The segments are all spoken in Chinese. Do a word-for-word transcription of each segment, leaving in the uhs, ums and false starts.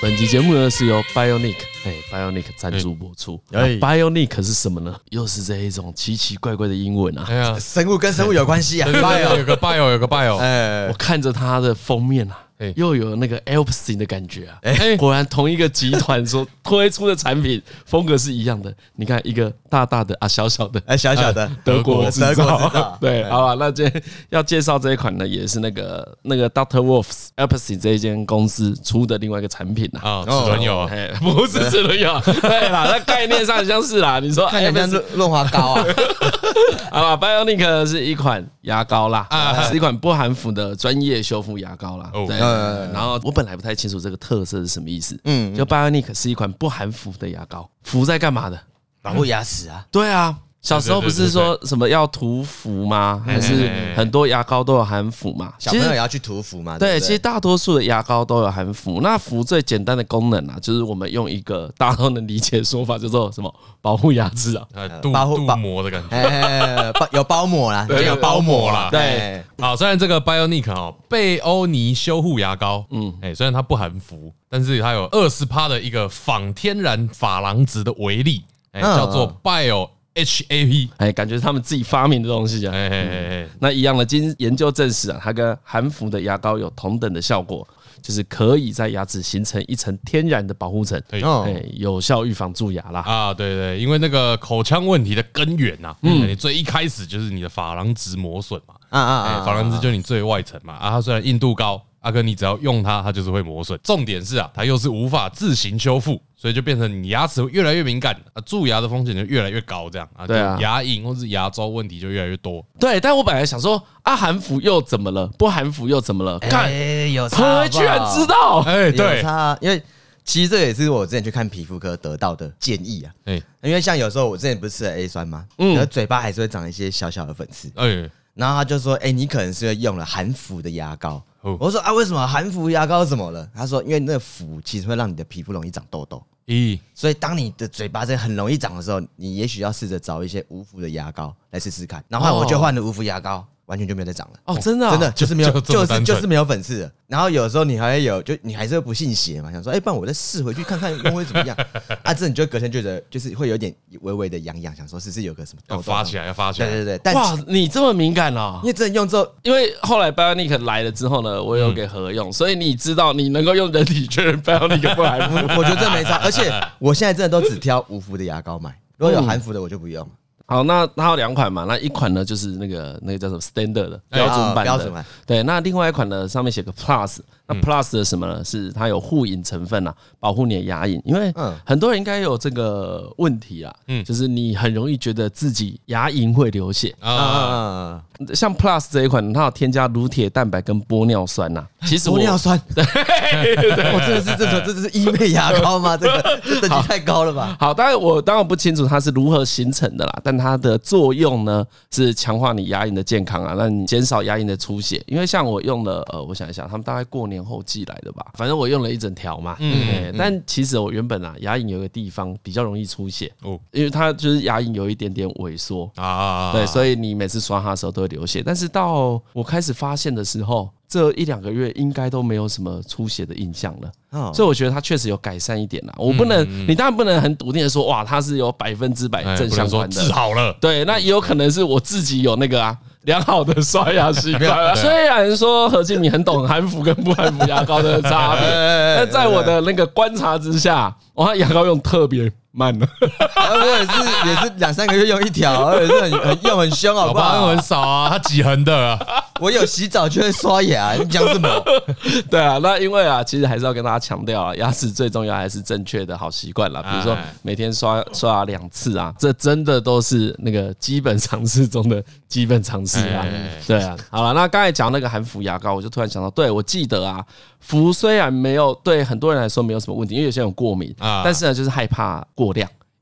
本集节目呢是由 Bionic 哎 Bionic 赞助播出。哎 ，Bionic 是什么呢？又是这一种奇奇怪怪的英文啊！ 哎呀， 生物跟生物有关系啊。 bio 有个 bio 有个 bio， 哎， 我看着它的封面啊。又有那个 Alpecin 的感觉啊！哎，果然同一个集团所推出的产品风格是一样的。你看，一个大大的啊，小小的， 哎，小小的德国制造， 造对，好吧。那今天要介绍这一款呢，也是那个那个 Doctor Wolf's Alpecin 这一间公司出的另外一个产品啊。 啊，齿轮油， 哎，不是齿轮油，对啦，那概念上像是啦。你说看起来像润滑膏啊？ 好吧 ，Bionic 是一款牙膏啦，是一款不含氟的专业修复牙膏啦。对。然后我本来不太清楚这个特色是什么意思，嗯，就 Bionic 是一款不含氟的牙膏，氟在干嘛的？ 保护牙齿啊。 对啊，小时候不是说什么要涂氟吗？还是很多牙膏都有含氟嘛？ 小朋友也要去涂氟嘛？ 对，其实大多数的牙膏都有含氟。那氟最简单的功能啊，就是我们用一个大家都能理解的说法，叫做什么？保护牙齿啊， 镀镀膜的感觉， 哎，有包膜啦， 有包膜啦。 对， 好，虽然这个 Bionic 哦，贝欧尼修护牙膏，嗯，哎，虽然它不含氟，但是它有 百分之二十 的一个仿天然珐琅质的微粒，哎，叫做 Bio H A P， 哎，感觉是他们自己发明的东西啊。哎哎哎，那一样的，经研究证实啊，它跟含氟的牙膏有同等的效果。就是可以在牙齿形成一层天然的保护层，哎，有效预防蛀牙啦。 啊，对对，因为那个口腔问题的根源呐，嗯，你最一开始就是你的珐琅质磨损嘛，啊啊，珐琅质就是你最外层嘛，啊，它虽然硬度高，阿哥你只要用它，它就是会磨损。重点是啊，它又是无法自行修复，所以就变成你牙齿越来越敏感，啊，蛀牙的风险就越来越高，这样啊，对啊，牙龈或是牙周问题就越来越多。 对，但我本来想说，啊，含氟又怎么了？不含氟又怎么了？看， 有差， 居然知道， 哎，对，有差，因为其实这也是我之前去看皮肤科得到的建议啊。哎，因为像有时候我之前不是吃了 A 酸吗？嗯，然后嘴巴还是会长一些小小的粉刺。哎，然后他就说，哎，你可能是用了含氟的牙膏。我说啊，为什么含氟牙膏怎么了？他说，因为那个氟其实会让你的皮肤容易长痘痘。咦，所以当你的嘴巴在很容易长的时候，你也许要试着找一些无氟的牙膏来试试看。然后我就换了无氟牙膏。完全就没有再长了哦，真的、啊、 真的就是没有，就是就是没有粉刺了。然后有时候你还会有，就你还是会不信邪嘛，想说，哎、欸，不然我再试回去看看用会怎么样啊？这你就隔天觉得就是会有点微微的痒痒，想说是不是有个什么要发起来，要发起来。 对对对， 哇，你这么敏感哦！ 因为真的用之后， 因为后来 Bionic 来了之后呢，我有给何用，嗯、所以你知道你能够用人体确认 Bionic 不含氟， 我觉得这没差。而且我现在真的都只挑无氟的牙膏买，如果有含氟的我就不用。 好，那它有两款嘛，那一款呢就是那个那个叫什么 standard 的标准版的，标准版。对，那另外一款呢上面写个 plus， 那 plus 的什么呢？是它有护龈成分啊，保护你的牙龈。因为很多人应该有这个问题啊，嗯，就是你很容易觉得自己牙龈会流血啊。像 plus 这一款，它有添加乳铁蛋白跟玻尿酸呐。其实玻尿酸， 对， 我真的是这种，这是医美牙膏吗？这个这等级太高了吧？ 好，当然我当然不清楚它是如何形成的啦，但它的作用呢是强化你牙龈的健康啊，让你减少牙龈的出血。因为像我用了，呃，我想一想，他们大概过年后寄来的吧，反正我用了一整条嘛。嗯，嗯但其实我原本啊，牙龈有一个地方比较容易出血哦，因为它就是牙龈有一点点萎缩啊，对，所以你每次刷它的时候都会流血。但是到我开始发现的时候，这一两个月应该都没有什么出血的印象了。哦、所以我觉得它确实有改善一点啦。我不能，嗯嗯、你当然不能很笃定的说，哇，它是有百分之百正相关的， 治好了。 对，那也有可能是我自己有那个啊。良好的刷牙习惯。虽然说何敬明很懂含氟跟不含氟牙膏的差别，但在我的那个观察之下，我牙膏用特别慢了。 我也是，也是两三个月用一条，而且是很很用很凶，好不好？ 用很少啊，它几横的啊。 我有洗澡就会刷牙，你讲什么？ 对啊，那因为啊，其实还是要跟大家强调啊，牙齿最重要还是正确的好习惯啦。比如说每天刷刷牙两次啊，这真的都是那个基本常识中的基本常识啊。对啊，好了，那刚才讲那个含氟牙膏，我就突然想到，对我记得啊，氟虽然没有对很多人来说没有什么问题，因为有些人有过敏，但是呢，就是害怕过量。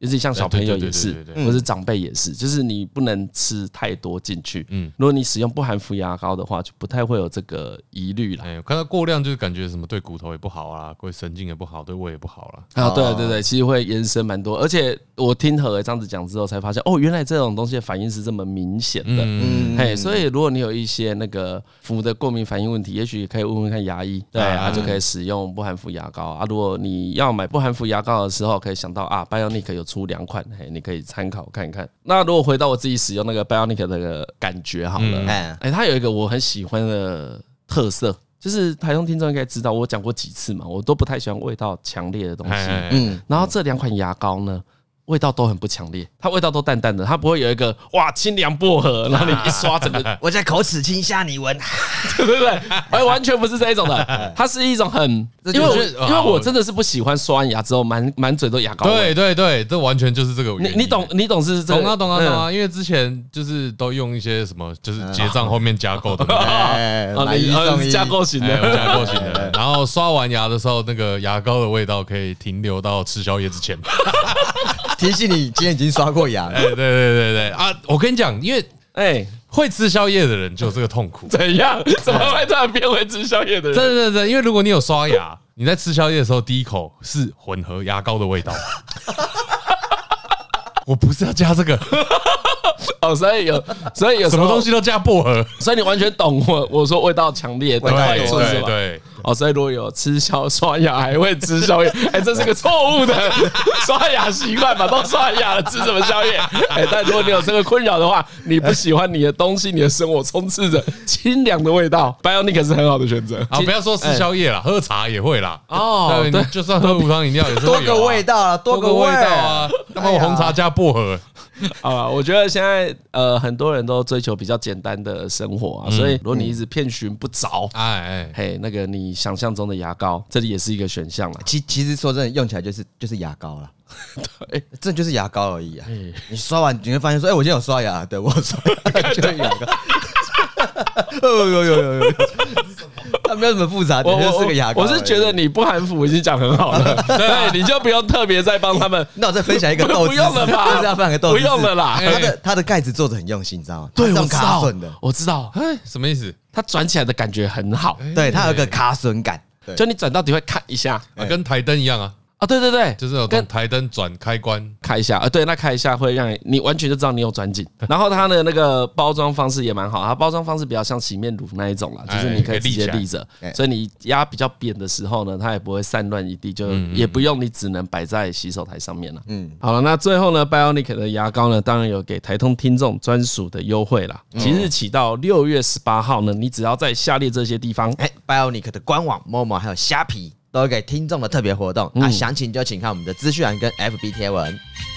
尤其像小朋友也是，或是长辈也是，就是你不能吃太多进去。嗯，如果你使用不含氟牙膏的话，就不太会有这个疑虑了。 哎，看到过量就是感觉什么对骨头也不好啊，对神经也不好，对胃也不好了。 啊，对对对，其实会延伸蛮多。而且我听何这样子讲之后，才发现哦，原来这种东西的反应是这么明显的。嗯，嘿，所以如果你有一些那个氟的过敏反应问题，也许可以问问看牙医，对啊，就可以使用不含氟牙膏啊。如果你要买不含氟牙膏的时候，可以想到啊 ，Bionic 有出两款，嘿，你可以参考看看。那如果回到我自己使用那个 Bionic 的那个感觉好了，哎、嗯，它有一个我很喜欢的特色，就是台中听众应该知道，我讲过几次嘛，我都不太喜欢味道强烈的东西。嗯，然后这两款牙膏呢，味道都很不强烈，它味道都淡淡的，它不会有一个哇清凉薄荷，然后你一刷整个， 我在口齿清下你闻， 对对对，哎，完全不是这一种的，它是一种很，因为我因为我真的是不喜欢刷完牙之后满满嘴都牙膏味。 对对对，这完全就是这个原因。 你你懂你懂是这懂啊懂啊懂啊，因为之前就是都用一些什么，就是结账后面加购的， 买一送一加购型的， 加购型的，然后刷完牙的时候，那个牙膏的味道可以停留到吃宵夜之前。 提醒你今天已经刷过牙了。 对对对对对啊！我跟你讲，因为哎，会吃宵夜的人就有这个痛苦。 怎样？怎么会突然变会吃宵夜的人？ 真的真的，因为如果你有刷牙，你在吃宵夜的时候，第一口是混合牙膏的味道。我不是要加这个。 哦，所以有，所以有什么东西都加薄荷， 所以你完全懂我我说味道强烈的坏处是吧？ 对， 哦，所以如果有吃宵刷牙还会吃宵夜，哎，这是个错误的刷牙习惯吧？都刷牙了，吃什么宵夜？哎，但如果你有这个困扰的话，你不喜欢你的东西，你的生活充斥着清凉的味道 ，Bionic 是很好的选择。 啊，不要说吃宵夜啦，喝茶也会啦。哦，对，就算喝无糖饮料也是多个味道啊，多个味道啊。 那么红茶加薄荷。 啊，我觉得现在呃很多人都追求比较简单的生活啊，所以如果你一直遍寻不着，哎哎，嘿，那个你想象中的牙膏，这里也是一个选项了。 其其实说真的，用起来就是就是牙膏了，对，这就是牙膏而已啊。你刷完你会发现说，哎，我今天有刷牙，对我刷牙就是牙膏。有有有有有。它没有什么复杂，就是个牙膏。 我是觉得你不含氟已经讲很好了，对，你就不用特别再帮他们。 那我再分享一个豆子， 不用了吧？ 要分享个豆子，不用了啦。 它的它的盖子做的很用心，你知道吗？ 对， 我知道， 我知道。 哎，什么意思？ 它转起来的感觉很好， 对，它有个卡榫感， 就你转到底会看一下， 跟台灯一样啊。 啊，对对对， 就是有跟台灯转开关开一下啊，对，那开一下会让你完全就知道你有转紧。然后它的那个包装方式也蛮好，它包装方式比较像洗面乳那一种啦，就是你可以直接立着，所以你压比较扁的时候呢，它也不会散乱一地，就也不用你只能摆在洗手台上面了。嗯，好了，那最后呢 ，Bionic 的牙膏呢，当然有给台通听众专属的优惠啦，即日起到六月十八号呢，你只要在下列这些地方， 哎 ，Bionic 的官网、Momo 还有虾皮。都有给听众的特别活动，那详情就请看我们的资讯栏跟 F B 贴文。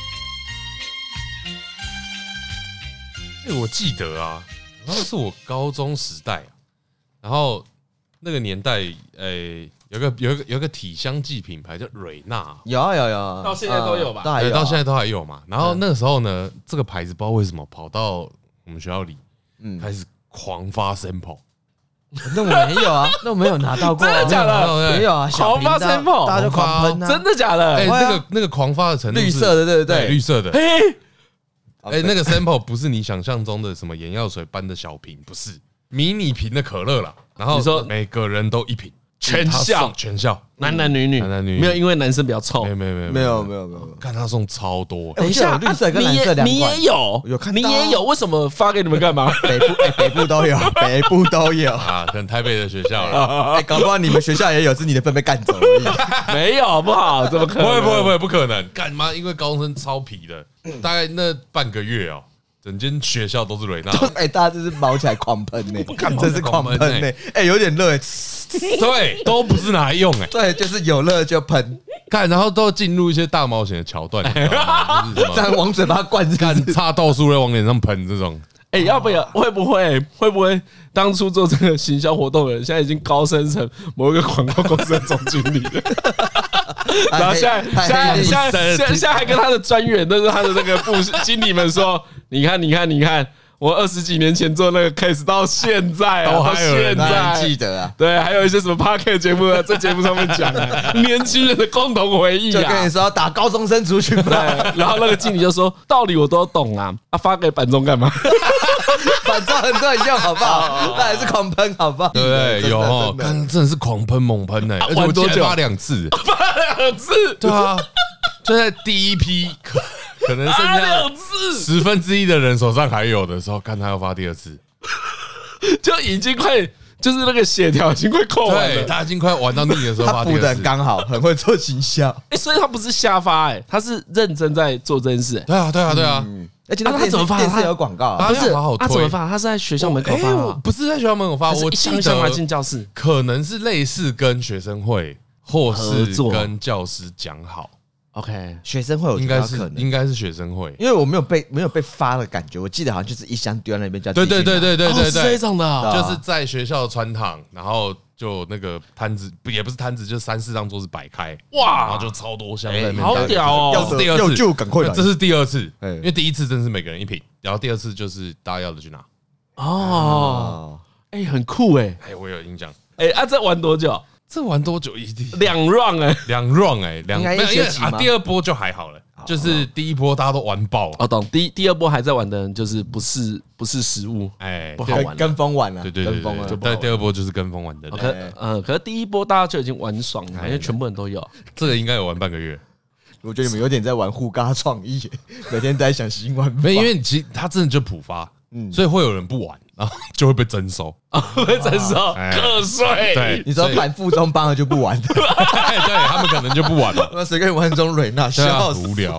哎，我记得啊，那是我高中时代，然后那个年代，诶，有个有一个有一个体香剂品牌叫蕊娜， 有有有， 到现在都有吧？ 对，到现在都还有嘛。然后那个时候呢，这个牌子不知道为什么跑到我们学校里，嗯，开始狂发 sample。 那我没有啊，那我没有拿到过， 真的假的？ 没有啊， 狂发 sample， 大家就狂喷啊， 真的假的？ 哎，那个那个狂发的程度， 绿色的，对不对？ 绿色的，哎哎，那个 sample 不是你想象中的什么眼药水般的小瓶，不是迷你瓶的可乐啦。然后你说每个人都一瓶， 全校全校男男女女， 男男女女没有，因为男生比较臭， 没有没有没有没有没有没有， 看他送超多。 等一下，绿色跟蓝色两款， 你也有， 有看， 你也有，为什么发给你们干嘛？ 北部哎，北部都有，北部都有啊，可能台北的学校了。 哎，搞不好你们学校也有，是你的分被干走而已。 没有，好不好？怎么可能？ 不会不会不会，不可能！干嘛？因为高中生超皮的，大概那半个月哦。整间学校都是蕊娜， 哎，大家就是毛起来狂喷呢，真是狂喷呢，哎，有点热， 对，都不是拿来用哎， 对，就是有热就喷， 看，然后都进入一些大冒险的桥段， 这样往嘴巴灌， 看插豆酥在往脸上喷这种， 哎，要不要？会不会？会不会？当初做这个行销活动的人，现在已经高升成某一个广告公司的总经理了。然后现在现在现在现在还跟他的专员，都是他的那个部经理们说，你看你看你看， 我二十几年前做那个 case 到现在啊，到现在记得啊。 对，还有一些什么 podcast 节目啊，在节目上面讲啊，年轻人的共同回忆啊。 就跟你说要打高中生族群嘛， 然后那个经理就说，道理我都懂啊，啊发给板中干嘛？ 板中很多人用好不好？那还是狂喷好不好？ 对不对？有哦，看真的是狂喷猛喷哎，而且我记得发两次， 发两次， 对啊，就在第一批可可能剩下十分之一的人手上还有的时候，看他要发第二次， 就已经快就是那个血条已经快扣完了， 对，他已经快玩到腻的时候发第二次， 他补的刚好，很会做行销。 哎，所以他不是瞎发哎，他是认真在做这件事。 对啊，对啊，对啊。 而且他怎么发？电视有广告， 不是好好他怎么发？他是在学校门口发吗？ 不是在学校门口发，我一箱一箱来进教室， 可能是类似跟学生会或是跟教师讲好。 OK， 学生会有应该是应该是学生会， 因为我没有被没有被发的感觉，我记得好像就是一箱丢在那边叫对对对对对对对， 这种的， 就是在学校穿堂，然后就那个摊子也不是摊子，就三四张桌子摆开，哇，然后就超多箱在那边， 好屌哦！ 要是第二次就赶快来， 这是第二次，因为第一次真是每个人一瓶，然后第二次就是大家要的去拿。 哦，哎，很酷哎， 哎，我有印象。 哎，啊，这玩多久？ 这玩多久？一定两 round 哎， 两 round 哎，两应该一学期吗？ 第二波就还好了，就是第一波大家都玩爆了。 哦，懂。第第二波还在玩的人，就是不是不是食物，哎，不好玩， 跟风玩了。 对对对，跟风了。但第二波就是跟风玩的。 可嗯，可是第一波大家就已经玩爽了，因为全部人都有。 这个应该有玩半个月。 我觉得你们有点在玩互嘎创意，每天在想新玩法。 没，因为其实他真的就普发，嗯，所以会有人不玩，然后就会被征收， 被征收课税。 对， 你说反附中帮了就不玩， 对他们可能就不玩了。 那谁跟你玩这种瑞娜？笑死， 无聊。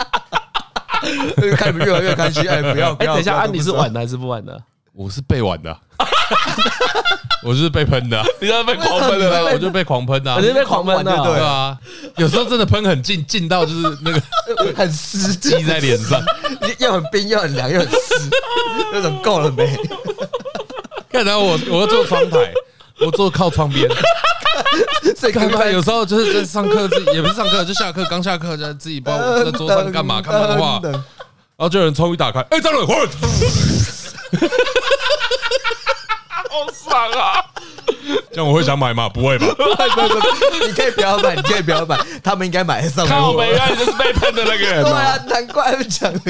看你们越来越开心，哎，不要不要。 等一下，安你是玩的还是不玩的？ 我是被玩的。我就是被喷的， 你是被狂喷的， 我就被狂喷的， 我是被狂喷的， 对啊，有时候真的喷很近，近到就是那个很湿积在脸上， 又很冰又很凉又很湿，那种够了没？ 看到我，我要坐窗台，我坐靠窗边， 所以看到有时候就是在上课，自己也不是上课，就下课刚下课，在自己不知道在桌上干嘛看漫画，然后就有人窗一打开，哎，张磊，快！ 好爽啊！ 这样我会想买吗？不会吧？ 你可以不要买，你可以不要买，他们应该买得上。 看我没原来你就是被喷的那个人。 对啊，难怪他们讲的。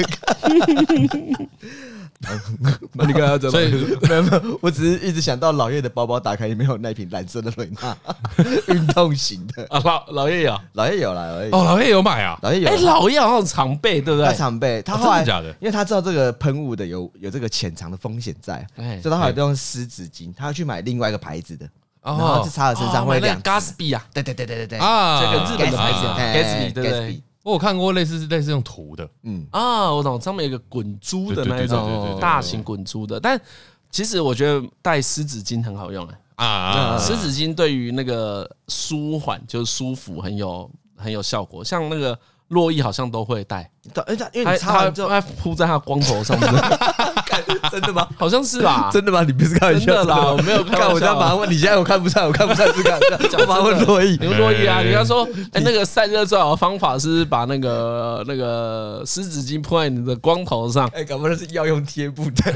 你刚刚讲， 所以没有没有，我只是一直想到老叶的包包打开里面有那瓶蓝色的瑞娜，运动型的啊。老老叶有， 老叶有啦，老叶哦，老叶有买啊， 老叶有。 哎，老叶好像常备，对不对？ 他常备，他后来假的， 因为他知道这个喷雾的有有这个潜藏的风险在，所以他后来都用湿纸巾，他要去买另外一个牌子的。然后就擦在身上会亮。 Gatsby 啊， 对对对对对对啊，这个日本的牌子 Gatsby， 对不对？ 我有看过类似类似用涂的， 嗯啊，我懂，上面有个滚珠的那一种大型滚珠的，但其实我觉得带湿纸巾很好用哎啊，湿纸巾对于那个舒缓就是舒服很有很有效果，像那个洛伊好像都会带， 因为你擦完之后， 他铺在他光头上面。 真的吗？ 好像是吧？ 真的吗？你不是开玩笑的啦？我没有看。 我在马上问你，现在我看不出来，我看不出来是干。我马上问洛伊， 你问洛伊啊？你要说，哎，那个散热最好的方法是把那个那个湿纸巾铺在你的光头上。 哎，搞不好是要用贴布的。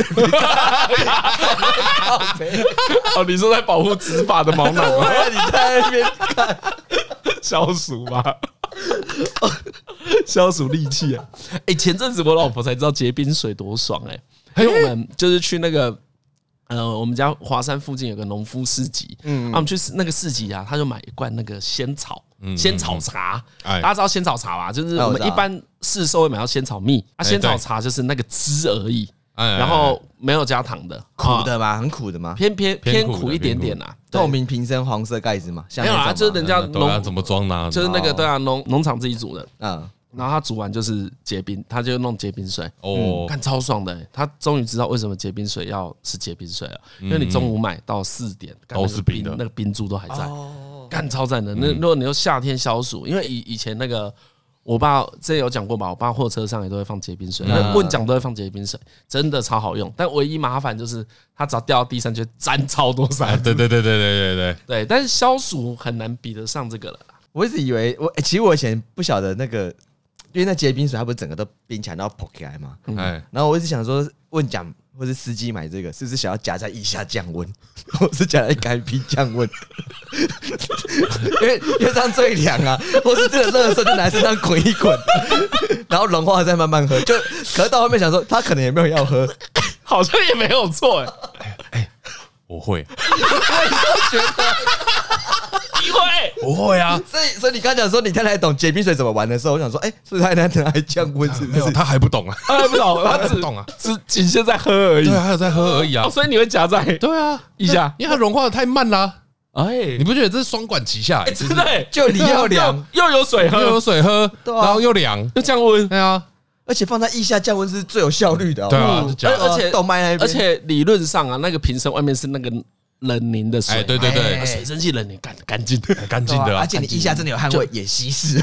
哦，你说在保护执法的毛囊吗？ 你在那边看消暑吧。消暑利器啊！哎，前阵子我老婆才知道结冰水多爽哎、欸，因为我们就是去那个呃，我们家华山附近有个农夫市集，嗯，我们去那个市集啊，他就买一罐那个仙草，仙草茶，大家知道仙草茶吧？就是我们一般市售会买到仙草蜜，啊，仙草茶就是那个汁而已。然后没有加糖的， 苦的吗？很苦的吗？ 偏偏偏苦一点点啦。 透明瓶身，黄色盖子嘛。 没有啊，就是人家农怎么装呢？ 就是那个对啊，农农场自己煮的。嗯，然后他煮完就是结冰，他就弄结冰水。哦，看超爽的，他终于知道为什么结冰水要是结冰水了，因为你中午买到四点都是冰的， 那个冰珠都还在，干超赞的。那如果你用夏天消暑，因为以以前那个。我爸之前有讲过吧，我爸货车上也都会放结冰水，问讲都会放结冰水，真的超好用。但唯一麻烦就是它只要掉到地上就沾超多沙。 对对对对对对对对，但是消暑很难比得上这个了啦。 我一直以为我、欸、其实我以前不晓得那个，因为那结冰水它不是整个都冰起来然后破起来嘛，嗯，然后我一直想说问讲或是司机买这个，是不是想要夹在腋下降温，或是夹在该皮降温？因为因为这样最凉啊，或是这个热的时候就拿身上滚一滚，然后融化再慢慢喝。就可是到后面想说，他可能也没有要喝， 好像也没有错哎、 欸欸。我会， 我也觉得。 你会？ 我会啊！ 所以，所以你刚讲说你太太懂结冰水怎么玩的时候，我想说，哎、欸，是太太等还降温是不是？ 他还不懂啊， 他还不懂， 他只懂啊， 只仅限在喝而已。 对，还有在喝而已啊。 哦、所以你会夹在对啊一下， 因为它融化的太慢啦。哎、 欸， 你不觉得这是双管齐下、欸？ 欸、真的、欸， 就你又凉， 又有水喝， 又有水喝，啊、然后又凉， 又降温。 对啊， 而且放在腋下降温是最有效率的、哦。 对啊， 而而且动脉那边， 而且理论上啊，那个瓶身外面是那个。冷凝的水， 哎，对对对， 啊、水蒸气冷凝干干净， 干净的、啊， 而且你腋下真的有汗味，也稀释。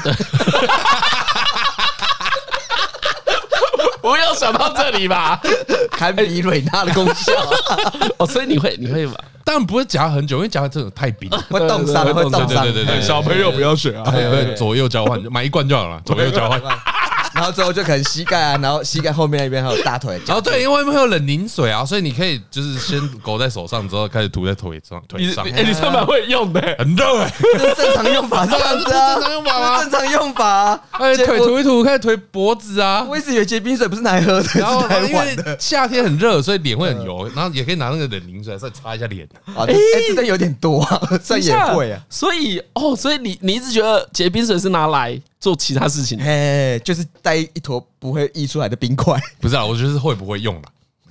不要想到这里吧， 堪比蕊钠的功效。 哦，所以你会你会吧？ 当然不会夹很久，因为夹这种太冰， 会冻伤，会冻伤。 对对对对， 小朋友不要学啊， 会左右交换，买一罐就好了，左右交换。 然后之后就可能膝盖啊，然后膝盖后面那边还有大腿。 然后对，因为会有冷凝水啊，所以你可以就是先勾在手上，之后开始涂在腿上。腿上， 哎，你真蛮会用的， 很热哎， 这是正常用法，这样子啊， 正常用法吗？ 正常用法。 哎，腿涂一涂，开始涂脖子啊。 我一直以为结冰水不是拿来喝的， 然后因为夏天很热，所以脸会很油，然后也可以拿那个冷凝水再擦一下脸。 啊，哎，真的有点多啊，算也会啊。 所以哦，所以你你一直觉得结冰水是拿来做其他事情， 嘿，就是带一坨不会溢出来的冰块。 不是啊，我觉得是会不会用啦。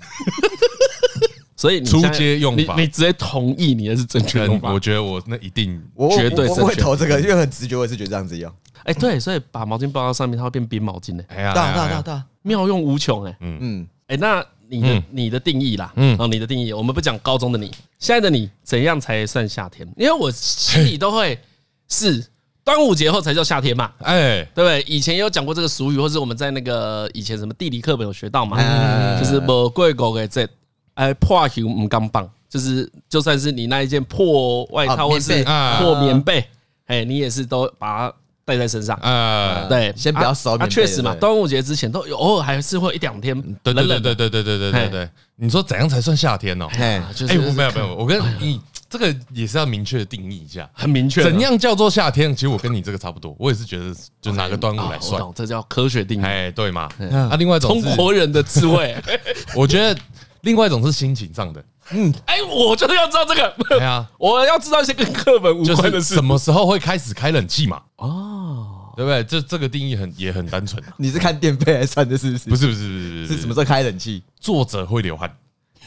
所以初阶用法， 你你直接同意你的是正确用法？ 我觉得我那一定绝对正确。 我会投这个，因为很直觉，我也是觉得这样子用。 哎，对，所以把毛巾包到上面，它会变冰毛巾的。 哎呀， 大大大大， 妙用无穷哎。 嗯嗯， 哎，那你的你的定义啦，嗯，哦，你的定义，我们不讲高中的你，现在的你怎样才算夏天？因为我心里都会是。端午节后才叫夏天嘛，哎，对不对？以前也有讲过这个俗语，或是我们在那个以前什么地理课本有学到嘛，就是无过狗给这哎破袖唔敢绑，就是就算是你那一件破外套或是破棉被，哎，你也是都把它带在身上。啊，对， 先不要收棉被。 确实嘛，端午节之前都有偶尔还是会一两天冷冷的。 对对对对对对对对。你说怎样才算夏天哦？哎，就是没有没有，我跟你。这个也是要明确的定义一下， 很明确。 怎样叫做夏天？其实我跟你这个差不多，我也是觉得就拿个端午来算， 这叫科学定义。 哎，对嘛？啊，另外一种中国人的智慧， 我觉得另外一种是心情上的。 嗯，哎，我就是要知道这个。 对啊， 我要知道一些跟课本无关的事。 什么时候会开始开冷气嘛？哦，对不对？这这个定义很也很单纯。 你是看电费来算的，是不是？ 不是不是不是不是，是什么时候开冷气？ 作者会流汗。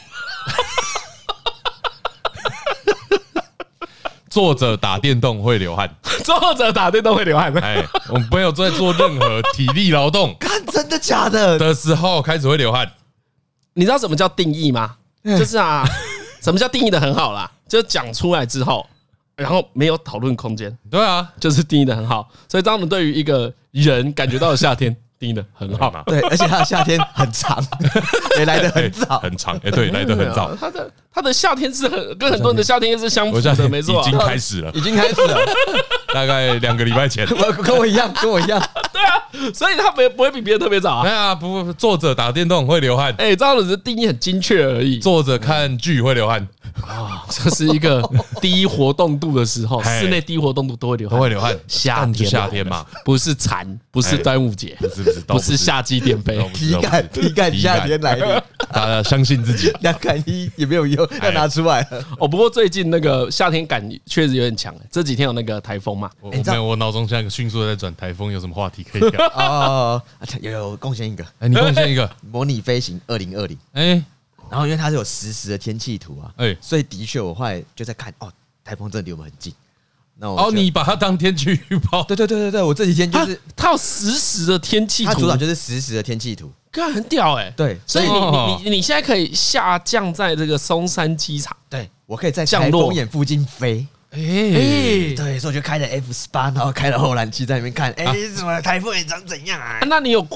作者打电动会流汗， 作者打电动会流汗。 哎，我们没有在做任何体力劳动， 看真的假的的时候开始会流汗。 你知道什么叫定义吗？就是啊，什么叫定义的很好啦？就讲出来之后，然后没有讨论空间。 对啊， 就是定义的很好。所以当我们对于一个人感觉到的夏天。定义的很好嘛？ 对，而且它的夏天很长，也来得很早， 很长。哎，对，来得很早。 它的它的夏天是很跟很多人的夏天是相符的，没错， 已经开始了， 已经开始了， 大概两个礼拜前。 我跟我一样，跟我一样。 对啊，所以他不不会比别人特别早啊。 对啊，不，作者打电动会流汗。 哎，这样子的定义很精确而已。 作者看剧会流汗啊，这是一个低活动度的时候，室内低活动度都会流汗， 都会流汗。 夏天夏天嘛， 不是蝉，不是端午节， 不是不是不是夏季电费， 体感体感夏天来临， 大家相信自己。 两感一也没有用，要拿出来了。 哦，不过最近那个夏天感确实有点强，这几天有那个台风嘛。 我没有，我脑中现在迅速的在转台风，有什么话题可以聊？ 哦，有有贡献一个， 哎，你贡献一个模拟飞行二零二零，哎。然后因为它是有实时的天气图啊，哎，所以的确我后来就在看，哦，台风真的离我们很近。 那我哦，你把它当天气预报？ 对对对对对，我这几天就是它有实时的天气图， 它主打就是实时的天气图， 看很屌哎。 对， 所以你你你你现在可以下降在这个松山机场， 对我可以在台风眼附近飞。哎，对，所以我就开了 F 十八，然后开了后燃器在那边看，哎，怎么台风眼长怎样啊？ 那你有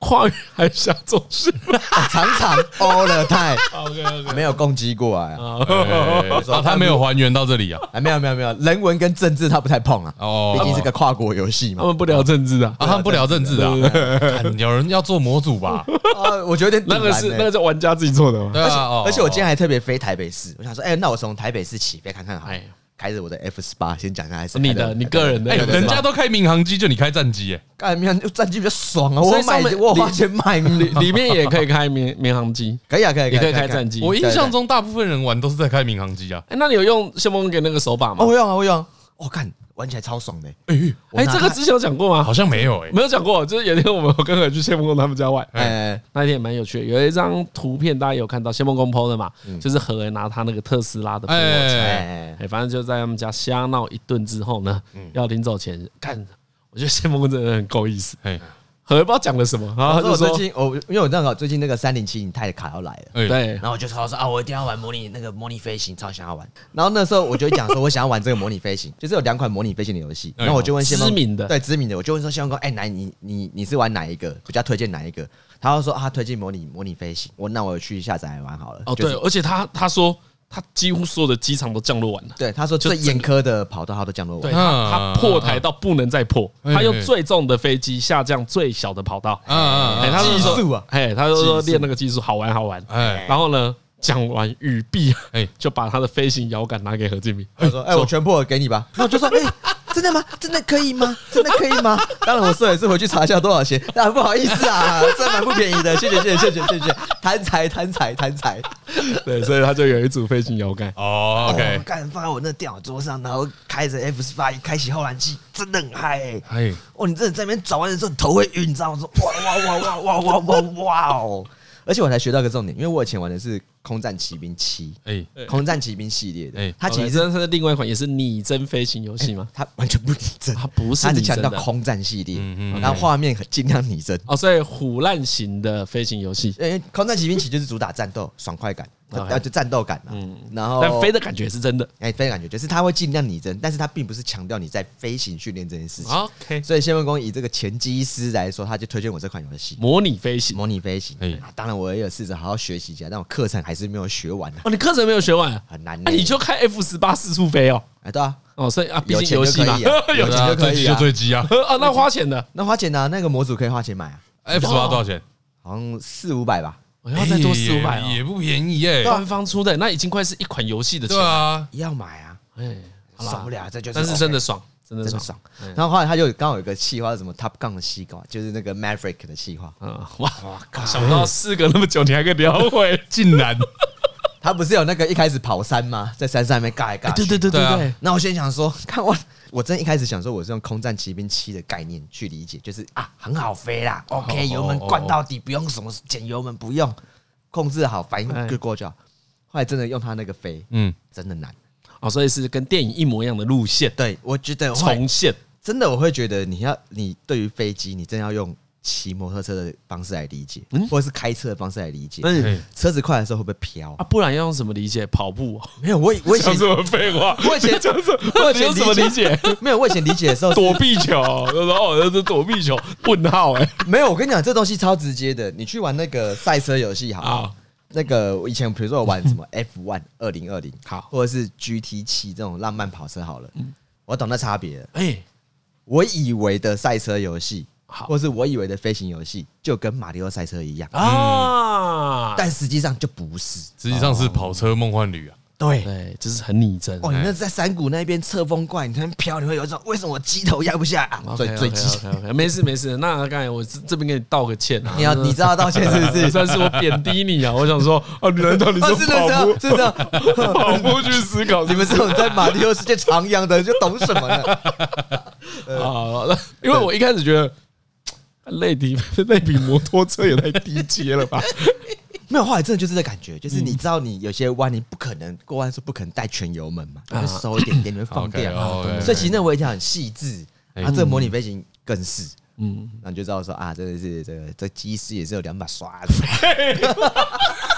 跨越海峡中心， 常常 all the time， 没有攻击过来啊，他没有还原到这里啊， 没有没有没有，人文跟政治他不太碰啊，哦，毕竟是个跨国游戏嘛， 他们不聊政治啊， 他们不聊政治啊，有人要做模组吧？ 啊，我觉得那个是那个是玩家自己做的嘛， 对啊，而且我今天还特别飞台北市，我想说，哎，那我从台北市起飞看看好。开着我的 F 十八，先讲一下还是你的你个人的， 哎，人家都开民航机，就你开战机，哎， 开民航战机比较爽啊！我买我花钱买， 里面也可以开民民航机， 可以啊，可以， 也可以开战机。 我印象中大部分人玩都是在开民航机啊。 哎，那你有用先锋给那个手把吗？ 我用啊，我用。我看玩起来超爽的。 哎哎，这个之前有讲过吗？ 好像没有，哎， 没有讲过。就是有一天我们刚好去先锋宫他们家玩，哎，那一天也蛮有趣的。有一张图片大家有看到，先锋宫 P O 的嘛，就是何人拿他那个特斯拉的 P O 哎，反正就在他们家瞎闹一顿之后呢，要临走前干，我觉得先锋宫真的很够意思。何人不知道讲了什么，然后他就说：“ 最近我因为我正好最近那个三零七零钛的卡要来了， 对， 然后我就说说啊，我一定要玩模拟那个模拟飞行，超想要玩。然后那时候我就讲说，我想要玩这个模拟飞行，就是有两款模拟飞行的游戏。然后我就问先锋知名的， 对知名的，我就问说先锋宫，哎，来你你你是玩哪一个？比较推荐哪一个？他就说他推荐模拟模拟飞行，我那我去下载来玩好了。 哦，对，而且他他说。”他几乎所有的机场都降落完了。 对，他说最严苛的跑道他都降落完。 对，他他破台到不能再破，他用最重的飞机下降最小的跑道。嗯嗯，他技术啊， 哎，他就说练那个技术好玩好玩。哎，然后呢，讲完语毕，哎，就把他的飞行摇杆拿给何敬明， 他说：“哎，我全破了，给你吧。”那我就说：“哎。”真的吗？真的可以吗？真的可以吗？当然，我设也是回去查一下多少钱。啊，不好意思啊，这蛮不便宜的。谢谢，谢谢，谢谢，谢谢。贪财，贪财，贪财。 对，所以他就有一组飞行摇杆。 哦 ，OK， 干放在我那电脑桌上，然后开着 F 十八，开启后燃机，真的很嗨。哎，哦，你真的在那边转弯的时候，你头会晕，你知道吗？说哇哇哇哇哇哇哇哇哦！而且我才学到一个重点，因为我以前玩的是《空战骑兵七》，哎，《空战骑兵》系列的，哎， 它其实是另外一款也是拟真飞行游戏吗？ 它完全不拟真， 它不是， 它是强调空战系列，然后画面很尽量拟真。 哦，所以虎烂型的飞行游戏， 因为《空战骑兵七》就是主打战斗爽快感。要就战斗感嘛，嗯，然后但飞的感觉是真的， 哎，飞的感觉就是它会尽量拟真，但是它并不是强调你在飞行训练这件事情。 OK， 所以先锋宫以这个前机师来说，他就推荐我这款游戏， 模拟飞行， 模拟飞行。哎，当然我也有试着好好学习一下，但我课程还是没有学完。 哦，你课程没有学完， 很难。 哎，你就开 F 十八四处飞哦。 哎，对啊， 哦，所以啊，毕竟游戏嘛， 有钱就可以啊，就坠机啊。 啊，那花钱的， 那花钱的那个模组可以花钱买啊。 F 十八多少钱？ 好像四五百吧。 我要再多四五百， 也不便宜耶。 官方出的那已经快是一款游戏的钱了。 对啊， 要买啊，哎，受不了，这就是。 但是真的爽，真的爽。然后后来他就刚好有一个企划，什么 Top Gun 的企划，就是那个 Maverick 的企划。嗯，哇哇，想不到事隔那么久，你还可以聊回，竟然。 他不是有那个一开始跑山吗？在山上面尬来尬去。 对对对对对。 那我先想说，看我。我真一开始想说，我是用空战骑兵七的概念去理解，就是啊，很好飞啦 ，OK， 油门灌到底，不用什么减油门，不用控制好，反应就过就好。后来真的用它那个飞，嗯，真的难哦，所以是跟电影一模一样的路线。 对，我觉得重现， 真的我会觉得你要你对于飞机，你真要用骑摩托车的方式来理解，或者是开车的方式来理解。嗯，车子快的时候会不会飘啊？不然要用什么理解？跑步？ 没有，我我以前讲什么废话？ 我以前讲什么？我以前怎么理解？ 没有，我以前理解的时候， 躲避球，他说哦，那是躲避球。问号哎， 没有，我跟你讲，这东西超直接的。你去玩那个赛车游戏好，那个我以前比如说我玩什么 F 一 二零二零，好，或者是 G T 七这种浪漫跑车好了，我懂那差别了。哎，我以为的赛车游戏。或是我以为的飞行游戏就跟马里奥赛车一样啊，但实际上就不是， 实际上是跑车梦幻旅啊。 对对，就是很拟真。 哦，你那在山谷那边侧风怪，你那边飘，你会有一种为什么我机头压不下啊？坠坠机。 没事没事，那刚才我这边给你道个歉啊。 你要你知道道歉是不是？ 算是我贬低你啊！我想说，哦，难道你说跑步？ 是这样， 跑步去思考， 你们这种在马里奥世界徜徉的，就懂什么呢？ 啊，因为我一开始觉得。类比类比摩托车也太低阶了吧？ 没有，后来真的就是这感觉，就是你知道，你有些弯你不可能过弯的时候不可能带全油门嘛，你会收一点点，你会放掉。所以其实那微调很细致，啊，这个模拟飞行更是，嗯，那你就知道说啊，真的是这个这机师也是有两把刷子。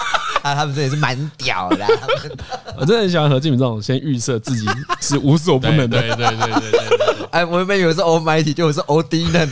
他们这也是蛮屌的。 我真的很喜欢何敬敏这种先预设自己是无所不能的。 对对对对对。 哎，我们以为是 Almighty， 结果是 O D 嫩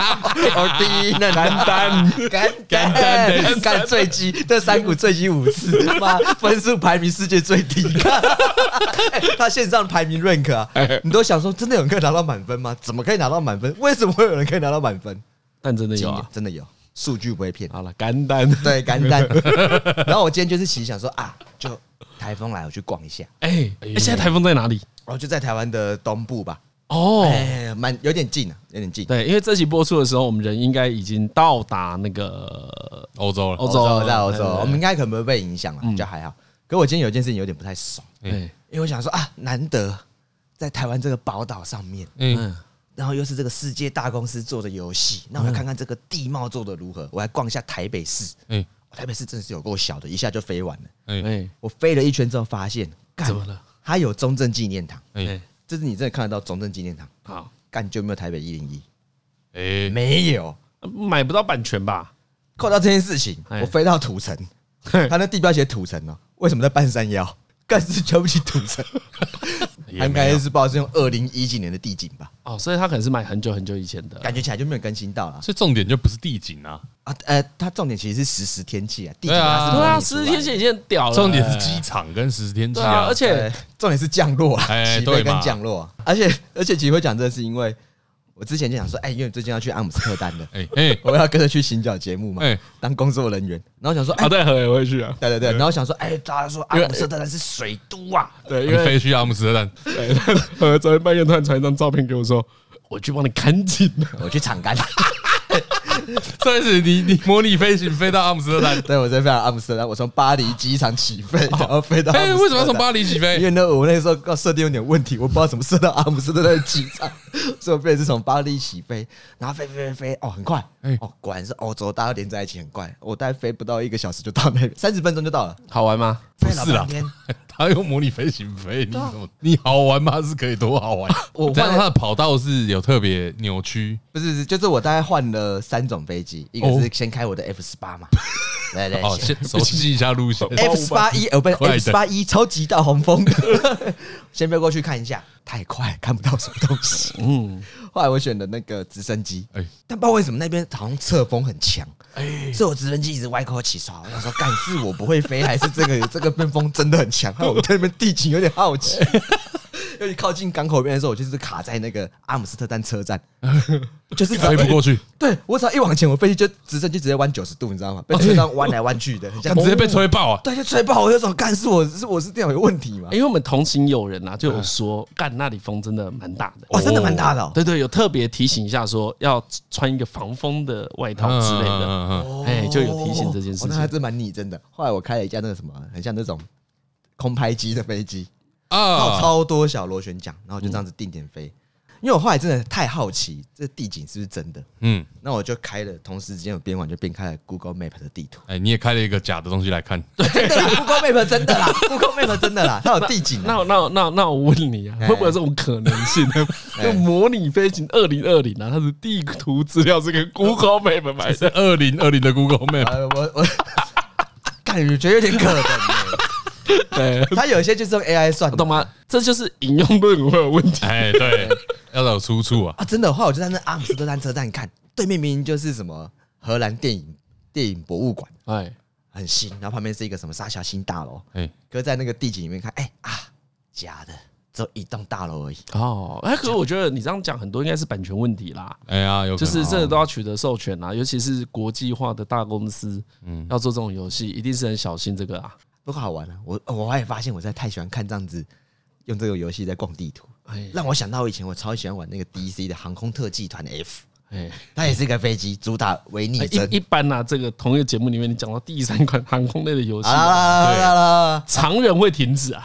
，O D 嫩， 干单， 干干单，干坠机，这山谷坠机五次，妈分数排名世界最低。他线上排名 rank 啊，你都想说，真的有人可以拿到满分吗？怎么可以拿到满分？为什么会有人可以拿到满分？ 但真的有啊， 真的有，数据不会骗。 好了，干单， 对干单。然后我今天就是其实想说啊，就台风来，我去逛一下。 哎，现在台风在哪里？ 哦，就在台湾的东部吧。 哦， 哎，蛮有点近啊，有点近。 对，因为这期播出的时候，我们人应该已经到达那个欧洲了。 欧洲在欧洲，我们应该可能不会被影响了，就还好。可我今天有一件事情有点不太爽，因为我想说啊，难得在台湾这个宝岛上面，嗯。然后又是这个世界大公司做的游戏，那我来看看这个地貌做的如何。我来逛一下台北市，欸、台北市真的是有够小的，一下就飞完了。欸、我飞了一圈之后发现， 怎么了？ 它有中正纪念堂， 欸、 这是你真的看得到中正纪念堂。 好， 干就没有台北一零一，哎，没有， 买不到版权吧？ 扣到这件事情，我飞到土城，他那地标写土城哦，为什么在半山腰？干是瞧不起土城。他应该是不知道是用二零一几年的地景吧？ 哦，所以他可能是买很久很久以前的， 感觉起来就没有更新到了。 所以重点就不是地景啊， 啊呃，它重点其实是实时天气啊，地景它是对啊，实时天气已经很屌了。 重点是机场跟实时天气啊， 而且重点是降落啊，起飞跟降落啊，而且而且其实会讲这是因为。我之前就想说，哎、欸，因为最近要去阿姆斯特丹的，哎、欸，我要跟着去行脚节目嘛，欸、当工作人员。然后想说，哎、欸， 啊，对，我也会去啊， 对对对。然后想说，哎、欸，大家说阿姆斯特丹是水都啊， 对， 因为飞去阿姆斯特丹。 对，呃，昨天半夜突然传一张照片给我说，我去帮你看景了， 我去敞干。 所以是你你模拟飞行飞到阿姆斯特丹， 对，我在飞到阿姆斯特丹，我从巴黎机场起飞，然后飞到。 哎，为什么要从巴黎起飞？ 因为呢，我那时候设定有点问题，我不知道怎么设到阿姆斯特丹的机场，所以我飞的是从巴黎起飞，然后飞飞飞飞，哦，很快，哦，果然是欧洲，大家连在一起很快，我大概飞不到一个小时就到那边，三十分钟就到了， 好玩吗？ 飞了半天。 他用模拟飞行飞，你怎么你好玩吗？是可以多好玩？我这样它的跑道是有特别扭曲， 不是，就是我大概换了三种飞机，一个是先开我的 F 十八嘛，对对， 哦，先熟悉一下路线 ，F 十八 E， 哦不 ，F 十八 E 超级大黄蜂，先飞过去看一下，太快看不到什么东西，嗯，后来我选的那个直升机，哎，但不知道为什么那边好像侧风很强，哎，所以我直升机一直歪口起床，我想说，干是我不会飞，还是这个这个边风真的很强？我对那边地景有点好奇，尤其靠近港口边的时候，我就是卡在那个阿姆斯特丹车站，就是飞不过去。 对我只要一往前，我飞机就直升机直接弯九十度，你知道吗？被车上弯来弯去的，很像直接被吹爆啊！ 对，就吹爆。我有种干是我是我是电脑有问题嘛？ 因为我们同行有人啊，就有说干那里风真的蛮大的， 哇，真的蛮大的。 对对，有特别提醒一下，说要穿一个防风的外套之类的，哎，就有提醒这件事情。 那还真蛮拟真的。后来我开了一架那个什么，很像那种空拍机的飞机啊，超多小螺旋桨，然后就这样子定点飞。因为我后来真的太好奇，这地景是不是真的？嗯，那我就开了，同时之间我边玩就边开了 Google Map 的地图。 哎，你也开了一个假的东西来看？ 真的啦 ，Google Map 真的啦 ，Google Map 真的啦，它有地景。 那那那那我问你啊，会不会有这种可能性呢？就模拟飞行二零二零啊，它的地图资料是跟 Google Map 买的， 二零二零的 Google Map。 我我感觉有点可能。对，它有一些就是用 A I 算的， 懂吗？这就是引用论会有问题。 哎，对，要有出处啊！ 啊，真的，后来我就在那阿姆斯特丹车站看，对面明明就是什么荷兰电影电影博物馆，哎，很新，然后旁边是一个什么沙小新大楼，哎，可是在那个地景里面看，哎啊，假的，只有一栋大楼而已。 哦，哎，可是我觉得你这样讲很多应该是版权问题啦。 哎呀，有就是这个都要取得授权啊，尤其是国际化的大公司，嗯，要做这种游戏，一定是很小心这个啊。 不好玩啊！我我还发现我在太喜欢看这样子用这个游戏在逛地图，让我想到我以前我超喜欢玩那个 D C 的航空特技团 F， 它也是一个飞机，主打维拟真。 一般啊，这个同一个节目里面，你讲到第三款航空类的游戏， 对， 常人会停止啊。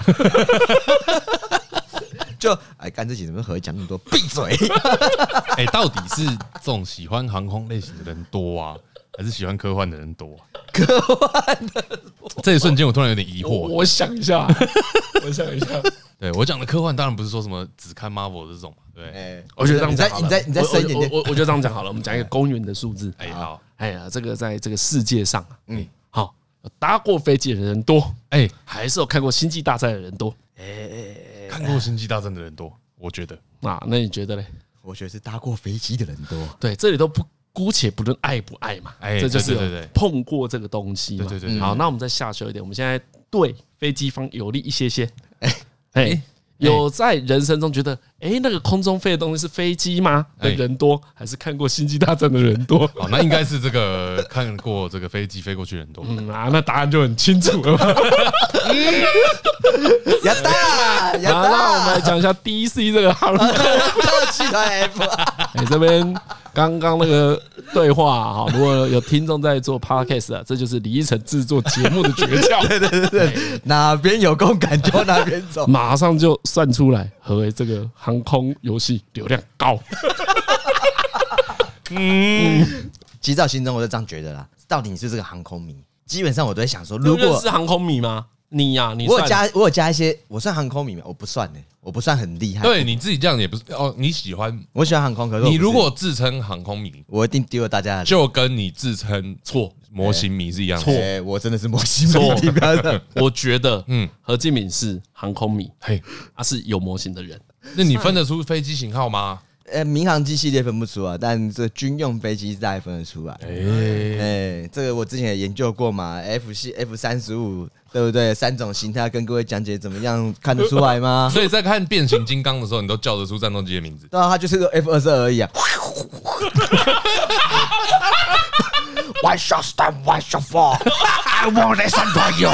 就哎，干这集怎么和讲那么多？闭嘴！ 哎，到底是这种喜欢航空类型的人多啊？还是喜欢科幻的人多、啊？ 科幻的， 这一瞬间我突然有点疑惑。 我, 我想一下，我想一下。 对我讲的科幻，当然不是说什么只看 Marvel 这种嘛。对， 欸、我觉得这样讲好了。你再你再深一点点， 我我我就这样讲好了。我们讲一个公允的数字。 哎好， 哎呀，这个在这个世界上，嗯，好， 搭过飞机的人多，哎，还是有看过《星际大战》的人多？ 哎，看过《星际大战》的人多，我觉得。 啊，那你觉得嘞？ 我觉得是搭过飞机的人多。 对，这里都不姑且不论爱不爱嘛，哎，这就是碰过这个东西嘛。 对对对。 好，那我们再下修一点，我们现在对飞机方有利一些些。哎哎。有在人生中觉得，哎，那个空中飞的东西是飞机吗？的人多，还是看过《星际大战》的人多？ 好，那应该是这个看过这个飞机飞过去的人多。 嗯啊，那答案就很清楚了嘛。 亚大，亚大， 那我们来讲一下 D C 这个航空集团 F。 哎，这边刚刚那个对话哈，如果有听众在做 podcast 啊，这就是李依晨制作节目的诀窍。 对对对对，哪边有共感就哪边走， 马上就算出来何为这个航空游戏流量高。 嗯，其实在我心中我就这样觉得啦。到底你是这个航空迷？基本上我都会想说，如果是航空迷吗？你呀、啊，你我有加我有加一些，我算航空迷吗？我不算呢、欸，我不算很厉害。 对，你自己这样也不是哦，你喜欢， 我喜欢航空，可是你如果自称航空迷， 我一定丢了大家的， 就跟你自称错模型迷是一样的。 错、欸，我真的是模型迷。错， 我觉得，嗯，何敬敏是航空迷，嘿，他是有模型的人。 那你分得出飞机型号吗？ 呃，民航机系列分不出啊，但这军用飞机大概分得出来。哎、欸欸，这个我之前也研究过嘛 ，F 系 F 三十五，对不对？三种形态跟各位讲解怎么样看得出来吗？ 所以在看变形金刚的时候，你都叫得出战斗机的名字？ 对啊，它就是个 F 二十二而已啊。One shot stand, one shot fall. I won't listen to you.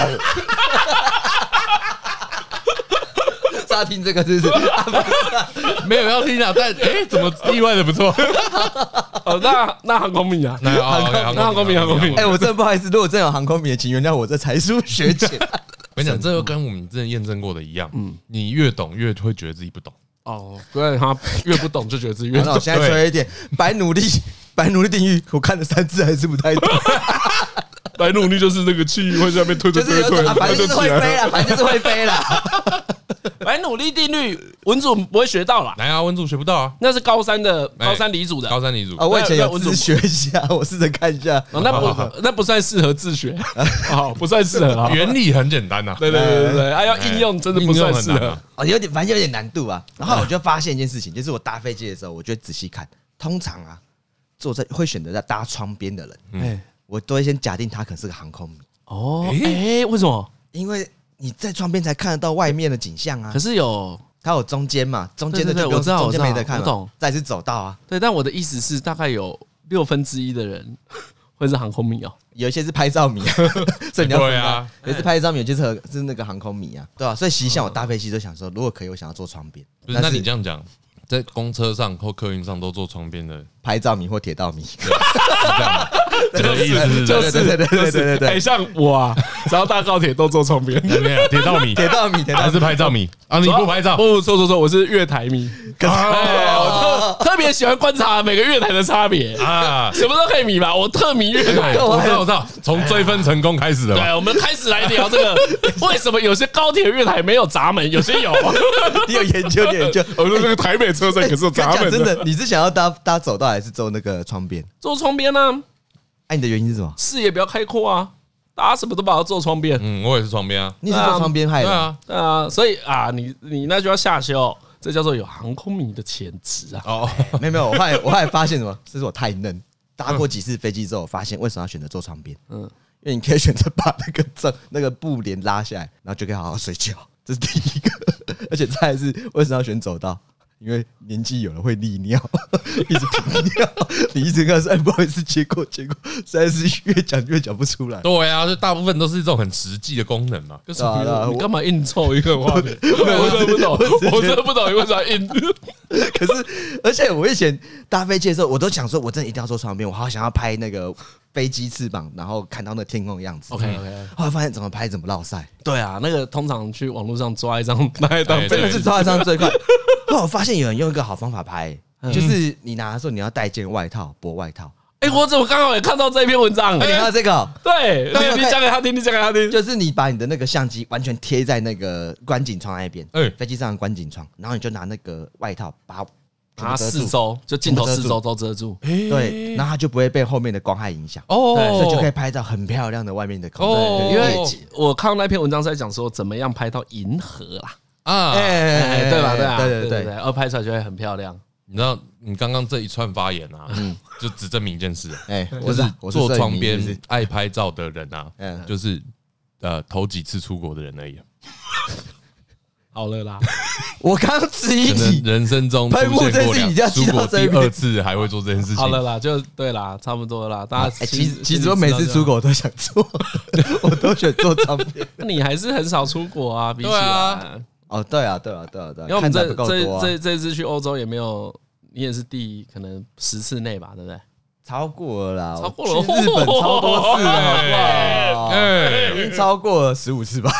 要听这个是不是？ 没有要听啊，但哎、欸，怎么意外的不错？ 哦，那那航空迷啊， 那航空迷，航空迷。 哎，我真的不好意思，如果真有航空迷的，请原谅我这才疏学浅。 我跟你讲，这就跟我们之前验证过的一样，嗯，你越懂越会觉得自己不懂。 哦，对，他越不懂就觉得自己越懂。 那我现在吹一点，白努力，白努力定律，我看了三次还是不太懂。 白努力就是那个气会在那边推推推推， 反正就是会飞了，反正就是会飞了。 白努力定律，文组不会学到啦。 来啊，文组学不到啊， 那是高三的高三理组的， 高三理组啊。我以前有自学一下，我试着看一下。 那不那不算适合自学，好，不算适合。 原理很简单呐， 对对对对，啊，要应用真的不算适合。 哦，有点，反正有点难度啊。然后我就发现一件事情，就是我搭飞机的时候，我就仔细看，通常啊，坐在会选择在搭窗边的人，嗯，我都会先假定他可能是个航空迷。 哦，哎，为什么？ 因为你在窗边才看得到外面的景象啊。 可是有它有中间嘛，中间的对，我知道， 中间没得看， 我懂。 再是走道啊， 对，但我的意思是，大概有六分之一的人会是航空迷哦， 有一些是拍照迷，所以你要对啊， 有些是拍照迷，有些是是那个航空迷啊，对吧？所以其实像我搭飞机都想说，如果可以，我想要坐窗边。 不是，那你这样讲，在公车上或客运上都坐窗边的拍照迷或铁道迷，是这样吗？这个意思是， 就是对对对对对对。 哎，像我啊，只要搭高铁都坐窗边， 铁道迷， 铁道迷， 还是拍照迷啊？你不拍照？ 不，错错错，我是月台迷。我特特别喜欢观察每个月台的差别啊，什么都可以迷吧？我特迷月台， 我知道，我知道，从追分成功开始的。 对，我们开始来聊这个，为什么有些高铁月台没有闸门，有些有？ 你有研究，你研究。 我说那个台北车站可是有闸门。 真的，你是想要搭搭走道，还是坐那个窗边？ 坐窗边呢？ 哎，你的原因是什么？ 视野比较开阔啊，大家什么都把它坐窗边。 嗯，我也是窗边啊， 你是坐窗边害的。 对啊， 对啊，所以啊，你你那就要下修，这叫做有航空迷的潜质啊。 哦，没有没有，我后来我后来发现什么？这是我太嫩，搭过几次飞机之后，发现为什么要选择坐窗边？嗯，因为你可以选择把那个正那个布帘拉下来，然后就可以好好睡觉。这是第一个，而且再来是为什么要选走道？因为年纪有了会利尿，一直频尿，你一直跟他说：“哎，不好意思，结果结果实在是越讲越讲不出来。” 对啊，就大部分都是这种很实际的功能嘛。 就是你干嘛硬凑一个画面？我真的不懂，我真的不懂你为啥硬。 可是，而且我以前搭飞机的时候，我都想说，我真的一定要坐窗边，我好想要拍那个飞机翅膀，然后看到那天空的样子。 OK OK。 后来发现怎么拍怎么落晒。 对啊，那个通常去网络上抓一张那一张， 真的是抓一张最快。后来我发现有人用一个好方法拍，就是你拿的时候你要带一件外套，薄外套。 哎，我怎么刚好也看到这篇文章？ 你看到这个？ 对，你你讲给他听，你讲给他听。 就是你把你的那个相机完全贴在那个观景窗那边，飞机上的观景窗，然后你就拿那个外套把它它四周就镜头四周都遮住， 对，那它就不会被后面的光害影响哦，所以就可以拍到很漂亮的外面的空间。因为我看到那篇文章是在讲说怎么样拍到银河啦，啊，对吧？对啊，对对对对，而拍出来就会很漂亮。 你知道，你刚刚这一串发言啊，嗯，就只证明一件事，哎， 我是坐窗边爱拍照的人啊，就是呃头几次出国的人而已。 好了啦， 我刚质疑你人生中出现过两出国第二次还会做这件事情。 好了啦，就对啦，差不多啦。大家其实其实我每次出国我都想做，我都选坐窗边。 那你还是很少出国啊？比起来， 哦，对啊，对啊，对啊，对啊。 因为我们这这这这次去欧洲也没有，你也是第可能十次内吧，对不对？ 超过了啦， 超过了， 去日本超多次了，好不好？哎，已经超过了十五次吧。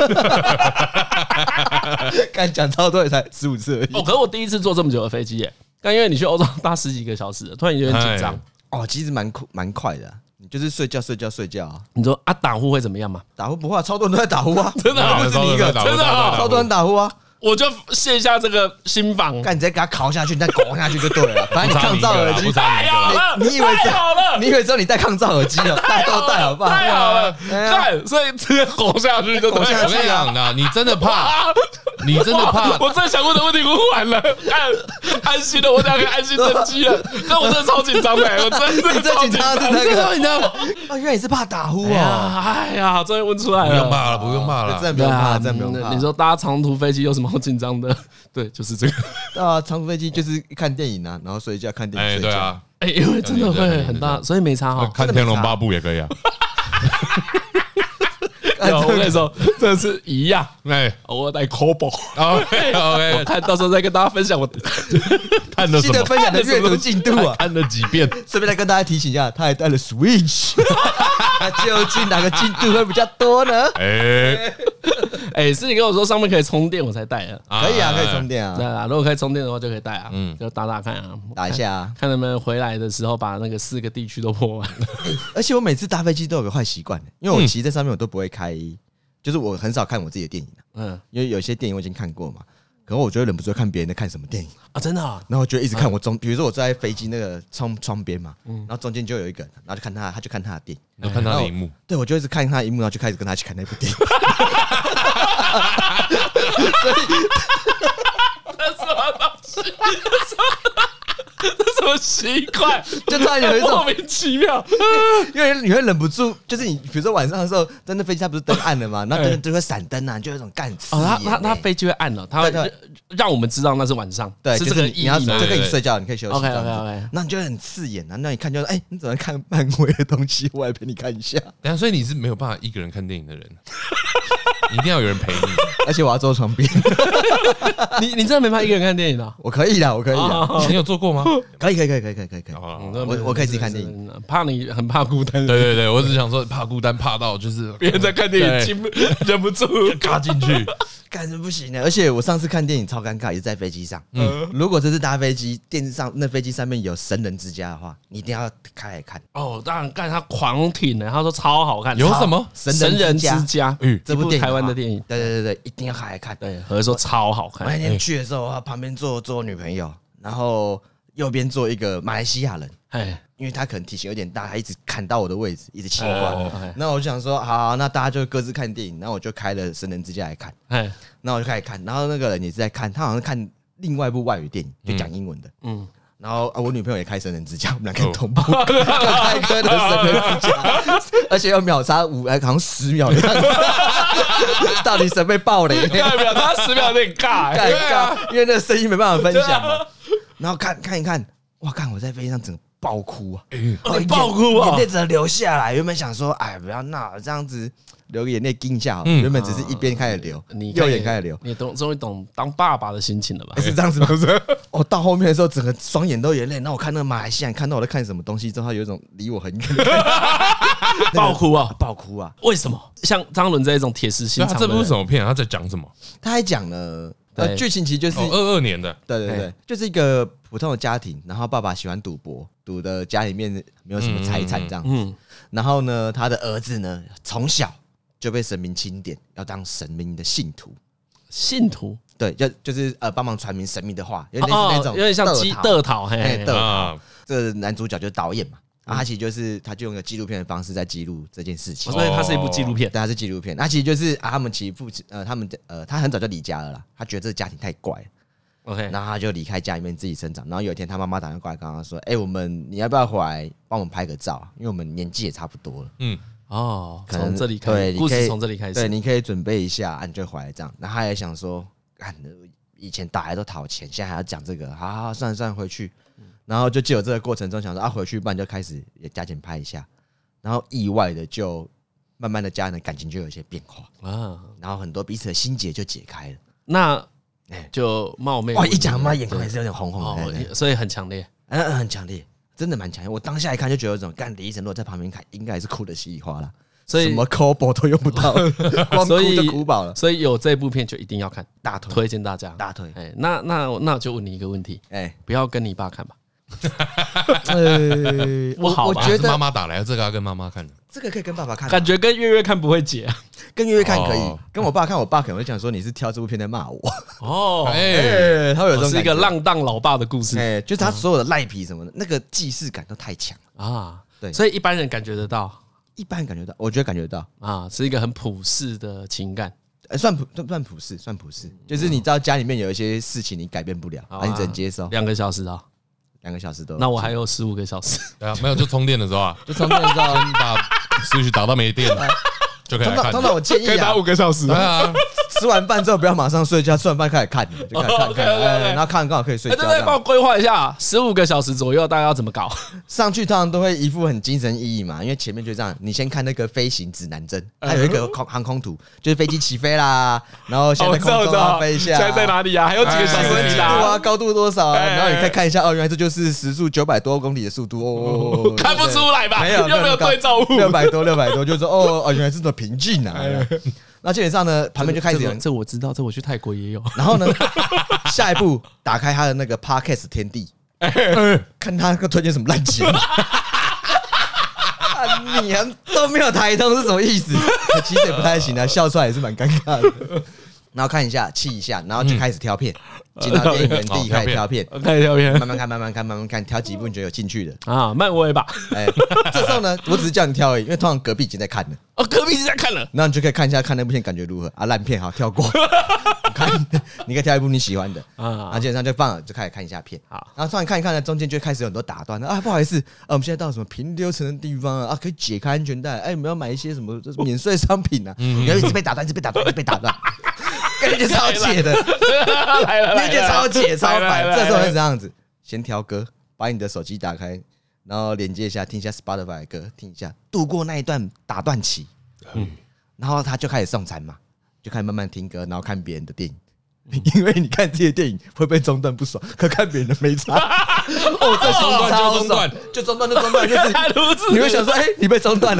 刚讲超多也才十五次而已。 哦，可是我第一次坐这么久的飞机耶，但因为你去欧洲搭十几个小时，突然有点紧张。 哦，其实蛮蛮快的，你就是睡觉睡觉睡觉啊。 你说啊，打呼会怎么样吗？ 打呼不会，超多人都在打呼啊， 真的不是你一个， 真的超多人打呼啊。 我就卸下这个心防， 干你直接给他拷下去，你再拱下去就对了。反正你抗噪耳机太好了， 你以为太好了？你以为只有你戴抗噪耳机了？戴都戴好不好？ 太好了，看，所以直接拱下去就对了。 我跟你讲的，你真的怕，你真的怕。 我真的想问的问题问完了，看安心了，我等下可以安心登机了。但我真的超紧张的，我真的你最紧张是这个，你知道吗？啊，原来你是怕打呼啊！ 哎呀，终于问出来了， 不用怕了，不用怕了， 真的不用怕，真的不用怕。 你说搭长途飞机有什么好紧张的？对，就是这个。 啊，长途飞机就是看电影啊，然后睡觉，看电影睡觉。 哎，因为真的会很大，所以没差哈。 看《天龙八部》也可以啊。 我跟你说，这是一样。哎，我带 Kobo。OK OK， 我看到时候再跟大家分享我看了什么， 记得分享的阅读进度啊， 看了几遍。 顺便再跟大家提醒一下，他还带了 Switch。究竟哪个进度会比较多呢？ 哎哎，是你跟我说上面可以充电，我才带的。 可以啊，可以充电啊。 对啊，如果可以充电的话，就可以带啊。嗯，就打打看啊， 打一下啊， 看能不能回来的时候把那个四个地区都破完。 而且我每次搭飞机都有个坏习惯，因为我骑在上面我都不会开，就是我很少看我自己的电影。嗯，因为有些电影我已经看过嘛。可是我觉得忍不住看别人在看什么电影啊，真的啊， 然后我就一直看我中，比如说我坐在飞机那个窗窗边嘛，然后中间就有一个人，然后就看他，他就看他的电影， 然后看他的荧幕， 对我就一直看他的荧幕，然后就开始跟他一起看那部电影。所以这什么东西？这什么习惯？ 就突然有一种莫名其妙， 因为你会忍不住，就是你比如说晚上的时候，在那飞机它不是灯暗了嘛，那灯就会闪灯啊，就有一种干刺。 哦，它它它飞机会暗了，它会让我们知道那是晚上， 对， 是这个意义。 就可以睡觉，你可以休息。 OK OK OK， 那你就会很刺眼啊，那你看就是，哎，你怎么看漫威的东西？我来陪你看一下。 等下，所以你是没有办法一个人看电影的人，一定要有人陪你， 而且我要坐床边。 你你真的没办法一个人看电影啊？ 我可以的，我可以的。 你有做过吗？ 可以可以可以可以可以可以可以。我我可以自己看电影， 怕你很怕孤单。 对对对，我只是想说怕孤单，怕到就是别人在看电影，忍不住嘎进去， 干什不行的。而且我上次看电影超尴尬，也是在飞机上。嗯，如果这次搭飞机，电视上那飞机上面有《神人之家》的话，你一定要开来看。 哦，当然干他狂挺的，他说超好看。 有什么 《神人之家》？ 嗯，这部台湾的电影。 对对对对，一定要开来看。 对，何说超好看。 我那天去的时候，旁边坐坐我女朋友，然后右边坐一个马来西亚人。哎，因为他可能体型有点大，他一直砍到我的位置，一直奇怪。那我就想说，好，那大家就各自看电影。然后我就开了《神人之家》来看。哎，那我就开始看，然后那个人也是在看，他好像看另外一部外语电影，就讲英文的。嗯。然后啊，我女朋友也开《神人之家》，我们俩看同步，各开各的《神人之家》，而且要秒差五，好像十秒的样子。到底谁被爆雷？ 秒差十秒有点尬， 尴尬，因为那个声音没办法分享嘛。然后看看一看，哇，看我在飞机上整个爆哭啊！ 你爆哭啊！ 眼泪只能流下来。原本想说，哎，不要闹，这样子流个眼泪盯一下。原本只是一边开始流，右眼开始流。 你懂，终于懂当爸爸的心情了吧？ 是这样子吗？哦，到后面的时候，整个双眼都有眼泪。那我看那个马来西亚人看到我在看什么东西之后，他有一种离我很远， 爆哭啊， 爆哭啊！ 为什么？像张伦这一种铁石心肠， 这不是什么片？他在讲什么？ 他还讲了。呃，剧情其实就是二二年的， 对对对，就是一个普通的家庭，然后爸爸喜欢赌博，赌的家里面没有什么财产这样子。然后呢，他的儿子呢，从小就被神明钦点，要当神明的信徒。 信徒。 对，就就是呃，帮忙传明神明的话，有点类似那种， 有点像鸡德讨，嘿， 德讨。这个男主角就是导演嘛，啊，他其实就是他就用一个纪录片的方式在记录这件事情， 所以他是一部纪录片， 对，他是纪录片。那其实就是啊，他们其实父亲呃，他们呃，他很早就离家了啦，他觉得这个家庭太怪了 ，OK， 然后他就离开家里面自己生长。然后有一天他妈妈打电话过来跟他说：“哎，我们你要不要回来帮我们拍个照？因为我们年纪也差不多了。”嗯， 哦，从这里开始，故事从这里开始， 对，你可以准备一下，啊，你就回来这样。然后他也想说，干。以前打来都讨钱，现在还要讲这个，好好好，算了算了，回去。然后就借由这个过程中想说啊，回去不然就开始也加减拍一下，然后意外的就慢慢的家人的感情就有一些变化啊，然后很多彼此的心结就解开了。 那就冒昧哇，一讲妈眼眶还是有点红红的， 所以很强烈， 嗯，很强烈，真的蛮强烈。我当下一看就觉得有种干李医生如果在旁边看，应该是哭的稀里哗啦。所以什么 Kobo 都用不到，光哭就哭饱了。 所以有这部片就一定要看， 大推推荐大家， 大推。 哎，那那那我就问你一个问题，哎，不要跟你爸看吧。 不好吧？我觉得妈妈打来，这个要跟妈妈看的， 这个可以跟爸爸看。 感觉跟月月看不会解， 跟月月看可以，跟我爸看，我爸可能会讲说你是挑这部片在骂我。哦，哎，他会有这种是一个浪荡老爸的故事， 哎，就是他所有的赖皮什么的，那个既视感都太强啊。 对，所以一般人感觉得到。 一般人感觉到，我觉得感觉到啊，是一个很普世的情感， 欸、算普算普世，算普世，就是你知道家里面有一些事情你改变不了，啊，你只能接受。 两个小时啊， 两个小时都， 那我还有十五个小时。 对啊，没有就充电的时候啊， 就充电的时候， 先把 Switch 打到没电了。就可以看。 通常我建议啊， 打五个小时。对啊， 吃完饭之后不要马上睡觉，吃完饭开始看，就开始看看，然后看刚好可以睡觉。 对对，帮我规划一下，十五个小时左右大概要怎么搞？ 上去通常都会一副很精神奕奕嘛，因为前面就这样，你先看那个飞行指南针，它有一个航航空图，就是飞机起飞啦，然后现在空中要飞一下， 现在在哪里啊？还有几个小时几度啊？高度多少啊？然后你可以看一下，哦，原来这就是时速九百多公里的速度哦。 看不出来吧？ 没有， 又没有对照物， 六百多，六百多，就是说哦哦，原来是这么平静啊。那基本上呢，旁边就开始有人， 这我知道，这我去泰国也有。 然后呢，下一步打开他的那个 Podcast 天地，看他推荐什么烂节目。你都没有台通是什么意思？其实也不太行啊，笑出来也是蛮尴尬的。然后看一下，气一下，然后就开始挑片，进到电影原地开始挑片， 开始挑片， 慢慢看，慢慢看，慢慢看，挑几部你觉得有兴趣的啊，漫威吧。哎， 这时候呢，我只是叫你挑而已，因为通常隔壁已经在看了。 哦，隔壁已经在看了， 然后你就可以看一下，看那部片感觉如何啊？烂片好跳过，看，你可以挑一部你喜欢的啊，然后基本上就放了，就开始看一下片。好，然后突然看一看呢，中间就开始有很多打断啊，不好意思，啊，我们现在到什么平流层的地方啊？啊，可以解开安全带，哎，我们要买一些什么免税商品啊？你要一直被打断，一直被打断，一直被打断。感觉超解的，感觉超解超烦。这时候是这样子，先挑歌，把你的手机打开，然后连接一下，听一下 Spotify 的歌，听一下，度过那一段打断期。嗯，然后他就开始送餐嘛，就开始慢慢听歌，然后看别人的电影。因为你看自己的电影会被中断不爽，可看别人的没差。哦，这中断就中断，就中断就中断，就是你会想说，哎，你被中断了，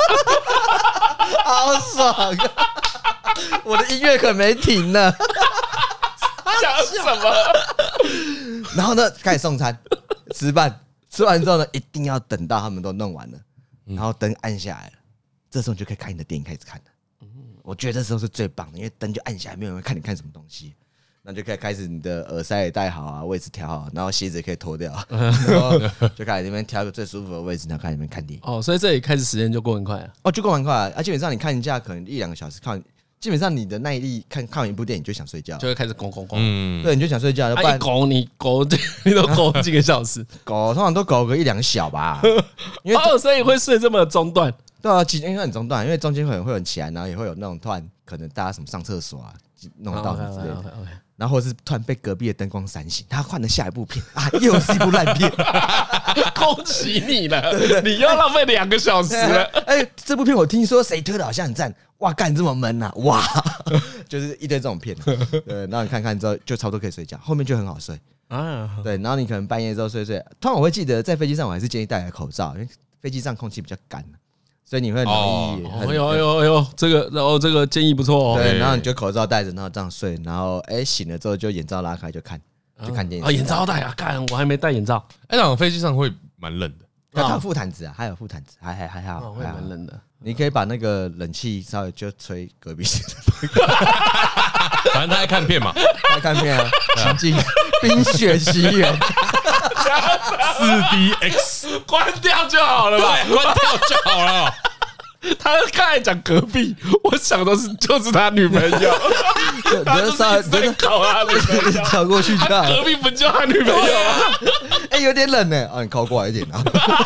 好爽啊！我的音乐可没停呢， 讲什么？ 然后呢，开始送餐、吃饭，吃完之后呢，一定要等到他们都弄完了，然后灯按下来了，这时候你就可以看你的电影开始看了。我觉得这时候是最棒的，因为灯就按下来，没有人看你看什么东西，那就可以开始你的耳塞也戴好啊，位置调好，然后鞋子也可以脱掉，然后就开始那边挑一个最舒服的位置，然后开始那边看电影。 哦，所以这里开始时间就过很快了。 哦，就过很快啊！基本上你看一下，可能一两个小时看。基本上你的耐力看看完一部电影就想睡觉， 就会开始拱拱拱。 嗯，对，你就想睡觉。 不然拱你拱你都拱几个小时， 狗通常都狗个一两个小吧。 因为哦，所以会睡这么中断。 对啊，其实因为很中断，因为中间可能会有人起来，然后也会有那种突然可能大家什么上厕所啊，弄到什么之类的。然后或者是突然被隔壁的灯光闪醒，他换了下一部片啊，又是一部烂片。 恭喜你了，你又浪费两个小时了。 哎，这部片我听说谁推的好像很赞。哇，干这么闷啊！哇，就是一堆这种片，对，然后你看看之后就差不多可以睡觉，后面就很好睡啊。对，然后你可能半夜之后睡睡，通常我会记得在飞机上我还是建议戴口罩，因为飞机上空气比较干，所以你会容易。 哎呦哎呦哎呦，这个然后这个建议不错哦。 对，然后你就口罩戴着，然后这样睡，然后哎醒了之后就眼罩拉开就看，就看电影。 啊，眼罩戴啊，干我还没戴眼罩。 哎，那种飞机上会蛮冷的。 它有副毯子啊，还有副毯子，还还还好， 会蛮冷的。 你可以把那个冷气稍微就吹隔壁， 反正他在看片嘛， 爱看片啊，情境《冰雪奇缘》 四 D X 关掉就好了吧， 关掉就好了。 他刚才讲隔壁，我想的是就是他女朋友，他就是在考他女朋友， 跳过去就好。 隔壁不就他女朋友吗？ 哎，有点冷呢，啊，你靠过来一点啊。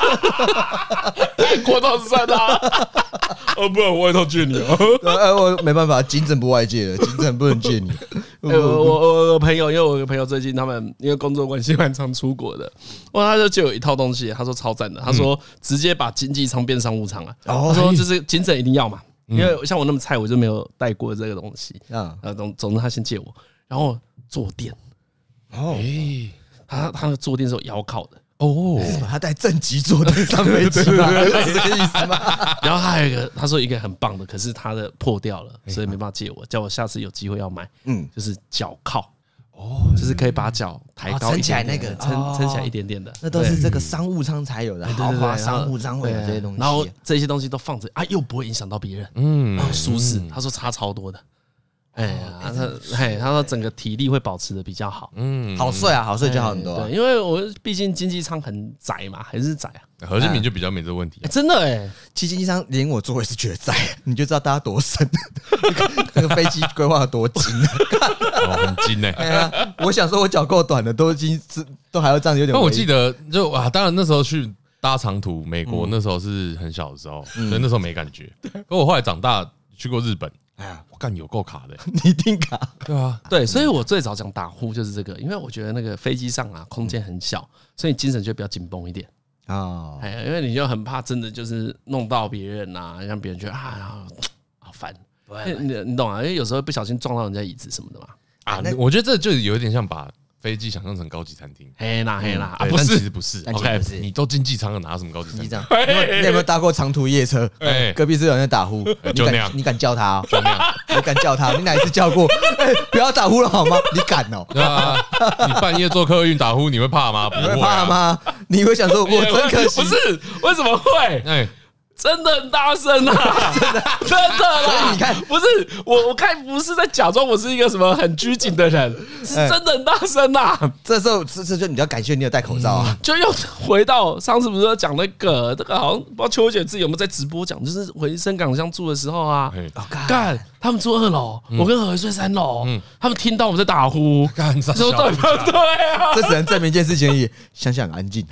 郭道山啊，哦，不然我外套借你哦。 哎，我没办法，警诊不外借了，警诊不能借你。 我我我朋友，因为我有个朋友最近他们因为工作关系蛮常出国的，哇，他就借有一套东西，他说超赞的，他说直接把经济舱变商务舱啊，他说就是警诊一定要嘛，因为像我那么菜，我就没有带过这个东西啊，总总之他先借我，然后坐垫，哦，他他的坐垫是有腰靠的。 哦，是把他带正极坐垫上飞机吗？是这个意思吗？ 然后他还有一个，他说一个很棒的，可是他的破掉了，所以没办法借我，叫我下次有机会要买。嗯，就是脚靠，哦，就是可以把脚抬高撑起来那个， 撑撑起来一点点的， 那都是这个商务舱才有的，豪华商务舱会有这些东西。 然后这些东西都放着啊，又不会影响到别人，嗯，然后舒适。他说差超多的。哎呀，他嘿，他说整个体力会保持的比较好， 嗯，好睡啊，好睡就好很多。 对，因为我毕竟经济舱很窄嘛，还是窄啊。 何建明就比较没这个问题， 真的哎， 骑经济舱连我座位是觉得窄，你就知道大家多深，那个飞机规划多精哦，很精哎。 哎呀，我想说我脚够短的，都已经是都还要这样，有点。 那我记得就啊，当然那时候去搭长途，美国那时候是很小的时候，所以那时候没感觉。可我后来长大去过日本。哎呀，我干有够卡的， 你一定卡， 对啊， 对，所以我最早讲打呼就是这个，因为我觉得那个飞机上啊，空间很小，所以精神就比较紧绷一点啊。哎，因为你就很怕真的就是弄到别人啊，让别人觉得啊好烦，你你懂啊？因为有时候不小心撞到人家椅子什么的嘛。 啊，我觉得这就有点像把飞机想象成高级餐厅， 嘿啦嘿啦， 不是，其实不是 ，OK， 你都经济舱了，哪什么高级餐厅？ 你有没有搭过长途夜车？哎，隔壁是有人在打呼， 就那样， 你敢叫他？就那样，你敢叫他？你哪一次叫过？哎，不要打呼了好吗？你敢哦？ 对啊，你半夜坐客运打呼，你会怕吗？ 你会怕吗？你会想说，我真可惜？ 不是，为什么会？哎。真的很大声啊！真的，真的啦！ 你看， 不是我，我看不是在假装我是一个什么很拘谨的人，是真的很大声啊！ 这时候，这这就你要感谢你有戴口罩啊！ 就又回到上次不是讲那个，这个好像不知道秋姐自己有没有在直播讲，就是回深港乡住的时候啊，干他们住二楼，我跟何为睡三楼，他们听到我们在打呼， 干说对不对啊？ 这只能证明一件事情而已，想想安静。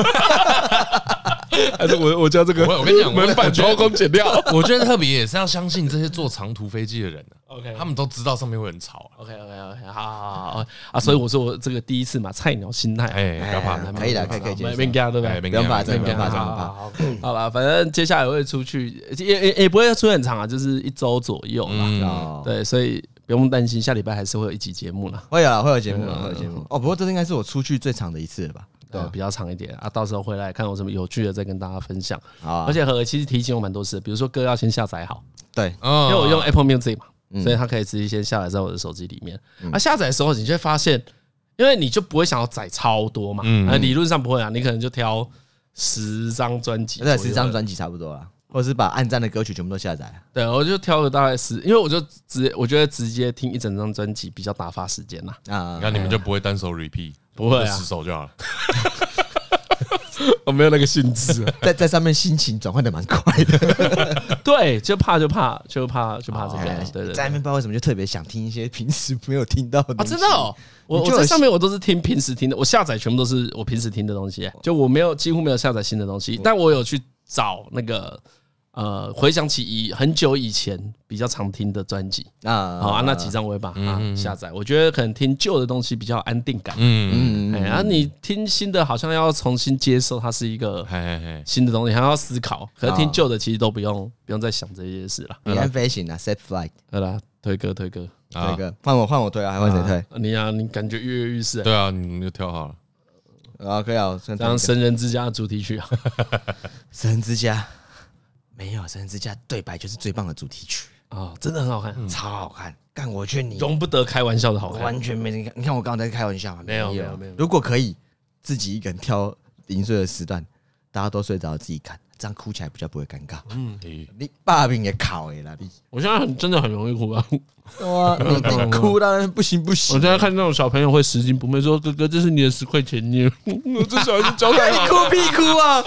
还是我我叫这个， 我跟你讲， 门板抽空剪掉。 我觉得特别也是要相信这些坐长途飞机的人 OK， 他们都知道上面会很吵。 OK OK OK， 好好好啊，所以我说我这个第一次嘛，菜鸟心态， 哎，不要怕， 可以的，可以可以， 没没加对不对？ 不用怕，真的不用怕，真的不怕。 好了，反正接下来我会出去，也也也不会出很长啊，就是一周左右啦。对，所以不用担心，下礼拜还是会有一集节目啦。 会有会有节目，会有节目。哦，不过这应该是我出去最长的一次了吧？ 对，比较长一点啊，到时候回来看有什么有趣的再跟大家分享。而且何其实提醒我蛮多事，比如说歌要先下载好， 对， 因为我用 Apple Music 嘛，所以它可以直接先下载在我的手机里面。啊，下载的时候你就会发现，因为你就不会想要载超多嘛，啊，理论上不会啊，你可能就挑十张专辑， 对，十张专辑差不多啦，或者是把按赞的歌曲全部都下载。 对，我就挑了大概十，因为我就直，我觉得直接听一整张专辑比较打发时间啦。 啊，你看你们就不会单手 repeat。 不会啊， 十首就好了。 我没有那个兴致， 在在上面心情转换的蛮快的。 对，就怕就怕就怕就怕这个。对对， 在那边不知道为什么就特别想听一些平时没有听到的东西。 啊，真的哦，我我在上面我都是听平时听的，我下载全部都是我平时听的东西，就我没有几乎没有下载新的东西，但我有去找那个。呃，回想起以很久以前比较常听的专辑啊，好啊，那几张我会把它下载。我觉得可能听旧的东西比较有安定感，嗯嗯，哎，然后你听新的，好像要重新接受它是一个新的东西，还要思考。可是听旧的其实都不用不用再想这些事了。 彼岸飞行啊 ，Set Flight， 好啦，推歌推歌推歌，换我换我推啊，还换谁推？ 你啊，你感觉跃跃欲试。 对啊，你就挑好了。啊，可以啊， 这样神人之家的主题曲啊， 神人之家。没有，神人之家对白就是最棒的主题曲啊，真的很好看， 超好看。干，我劝你容不得开玩笑的好看， 完全没人看。你看我刚刚在开玩笑吗？ 没有没有没有。 如果可以自己一个人挑零碎的时段，大家都睡着，自己看， 这样哭起来比较不会尴尬。嗯，你爸病也考哎啦，你我现在很真的很容易哭啊。 哇，你哭当然不行不行。 我现在看那种小朋友会拾金不昧，说哥哥这是你的十块钱，你我这小孩子教太好了， 你哭屁哭啊！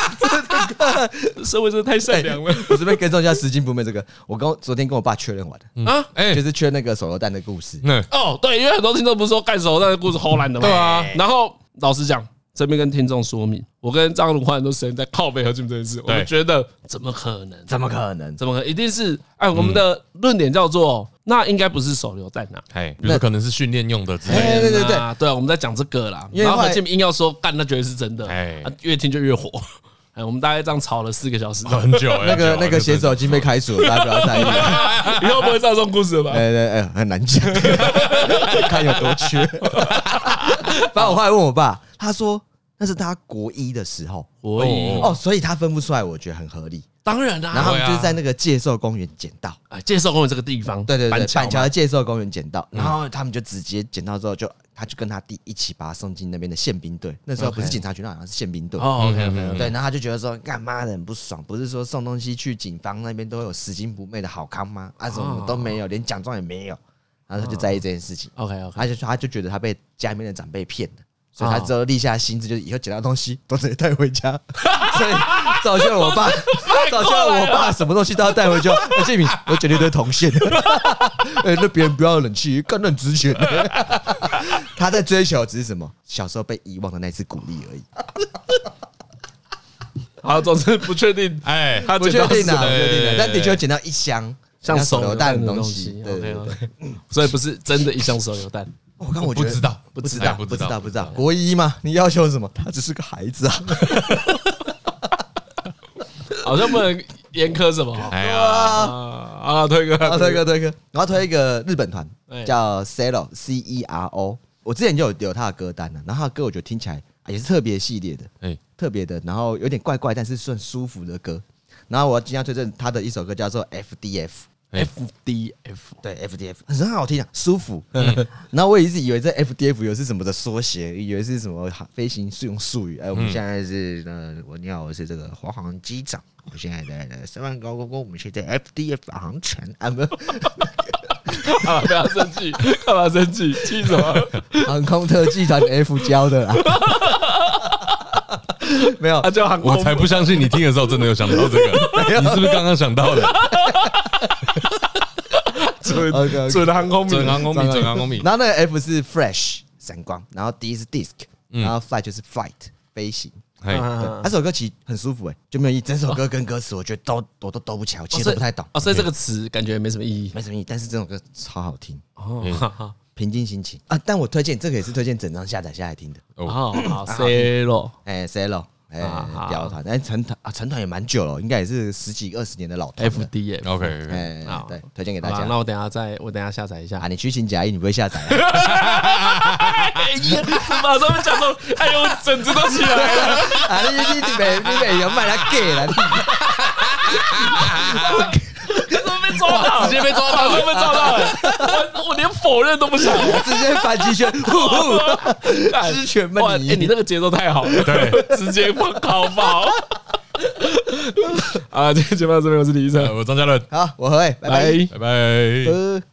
社会真的太善良了。 我这边跟踪一下拾金不昧这个，我刚昨天跟我爸确认完的啊，就是缺那个手榴弹的故事。 哦，对，因为很多听众不是说干手榴弹的故事齁烂的吗？对啊。然后老实讲。这边跟听众说明，我跟张鲁花很多时间在靠北和金这件事，我们觉得怎么可能？ 怎么可能？ 怎么可能？一定是哎，我们的论点叫做，那应该不是手榴弹呐， 哎，比如说可能是训练用的之类的。 对对对对， 对，我们在讲这个啦。然后何建明硬要说干，那绝对是真的，哎，越听就越火。哎，我们大概这样吵了四个小时， 很久。 那个那个写手已经被开除了，大家不要在意。 以后不会再这种故事了吧？ 对对哎，很难讲，看有多缺。反正我后来问我爸，他说。那是他国一的时候， 国一哦，所以他分不出来，我觉得很合理。 当然啦， 然后他们就是在那个介寿公园捡到， 啊，介寿公园这个地方， 对对对，板桥的介寿公园捡到，然后他们就直接捡到之后，就他就跟他弟一起把他送进那边的宪兵队。那时候不是警察局，那好像是宪兵队。 哦 ，OK OK， 对，然后他就觉得说，干妈的很不爽，不是说送东西去警方那边都有拾金不昧的好康吗？啊，什么都没有，连奖状也没有，然后他就在意这件事情。 OK OK， 他就他就觉得他被家里面的长辈骗了。所以他之后立下心志，就是以后捡到东西都直接带回家。所以造就了我爸，造就了我爸什么东西都要带回家。而且你我捡了一堆铜线，哎，那别人不要冷气，更很值钱。他在追求只是什么？小时候被遗忘的那次鼓励而已。 好，总之不确定，哎，他不确定啊，不确定的，但的确捡到一箱像手榴弹的东西， 对对对， 所以不是真的一箱手榴弹。 我刚我不知道， 不知道，不知道，不知道。国一嘛，你要求什么？他只是个孩子啊， 好像不能严苛什么。哎呀，啊，推哥， 推哥，推哥，然后推一个日本团叫 Cero C E R O， 我之前就有有他的歌单了，然后他的歌我觉得听起来也是特别系列的，哎，特别的，然后有点怪怪，但是算舒服的歌。然后我今天要推荐他的一首歌叫做 F D F。F D F 对 F D F 很好听啊，舒服。然后我一直以为这 F D F 有是什么的缩写，以为是什么飞行用术语。哎，我们现在是呃，我你好，我是这个华航机长，我现在在三万高空，我们现在 F D F 航程啊，不， 干嘛不要生气？干嘛生气？气什么？ 航空特技团 F 教的啦。没有， 他叫航空， 我才不相信你听的时候真的有想到这个，你是不是刚刚想到的？ 准准航空迷， 准航空迷，准航空迷。 然后那个 F 是 Fresh 闪光，然后 D 是 Disc，然后 Flight 就是 Flight 飞行。对，这首歌其实很舒服哎，就没有意义。整首歌跟歌词，我觉得都我都兜不起来，我其实都不太懂。 哦，所以这个词感觉没什么意义， 没什么意义。但是这首歌超好听哦，平静心情啊。但我推荐这个也是推荐整张下载下来听的。 哦，好 ，Cero， 哎 ，Cero。哎，屌团，哎，成团啊，成团也蛮久了，应该也是十几二十年的老团。 F D F，OK， 哎，对，推荐给大家。 那我等下再，我等下下载一下。 啊，你虚情假意，你不会下载。 马上讲说，哎呦，疹子都起来了。 啊，你你你没你没有买他给了。 被抓到，直接被抓到，直接被抓到了！我我连否认都不想， 直接反击拳，知拳慢你，哎，你那个节奏太好了，对，直接放烤爆。啊，今天节目到这边，我是李医生， 我张嘉伦， 好，我何伟，拜拜， 拜拜。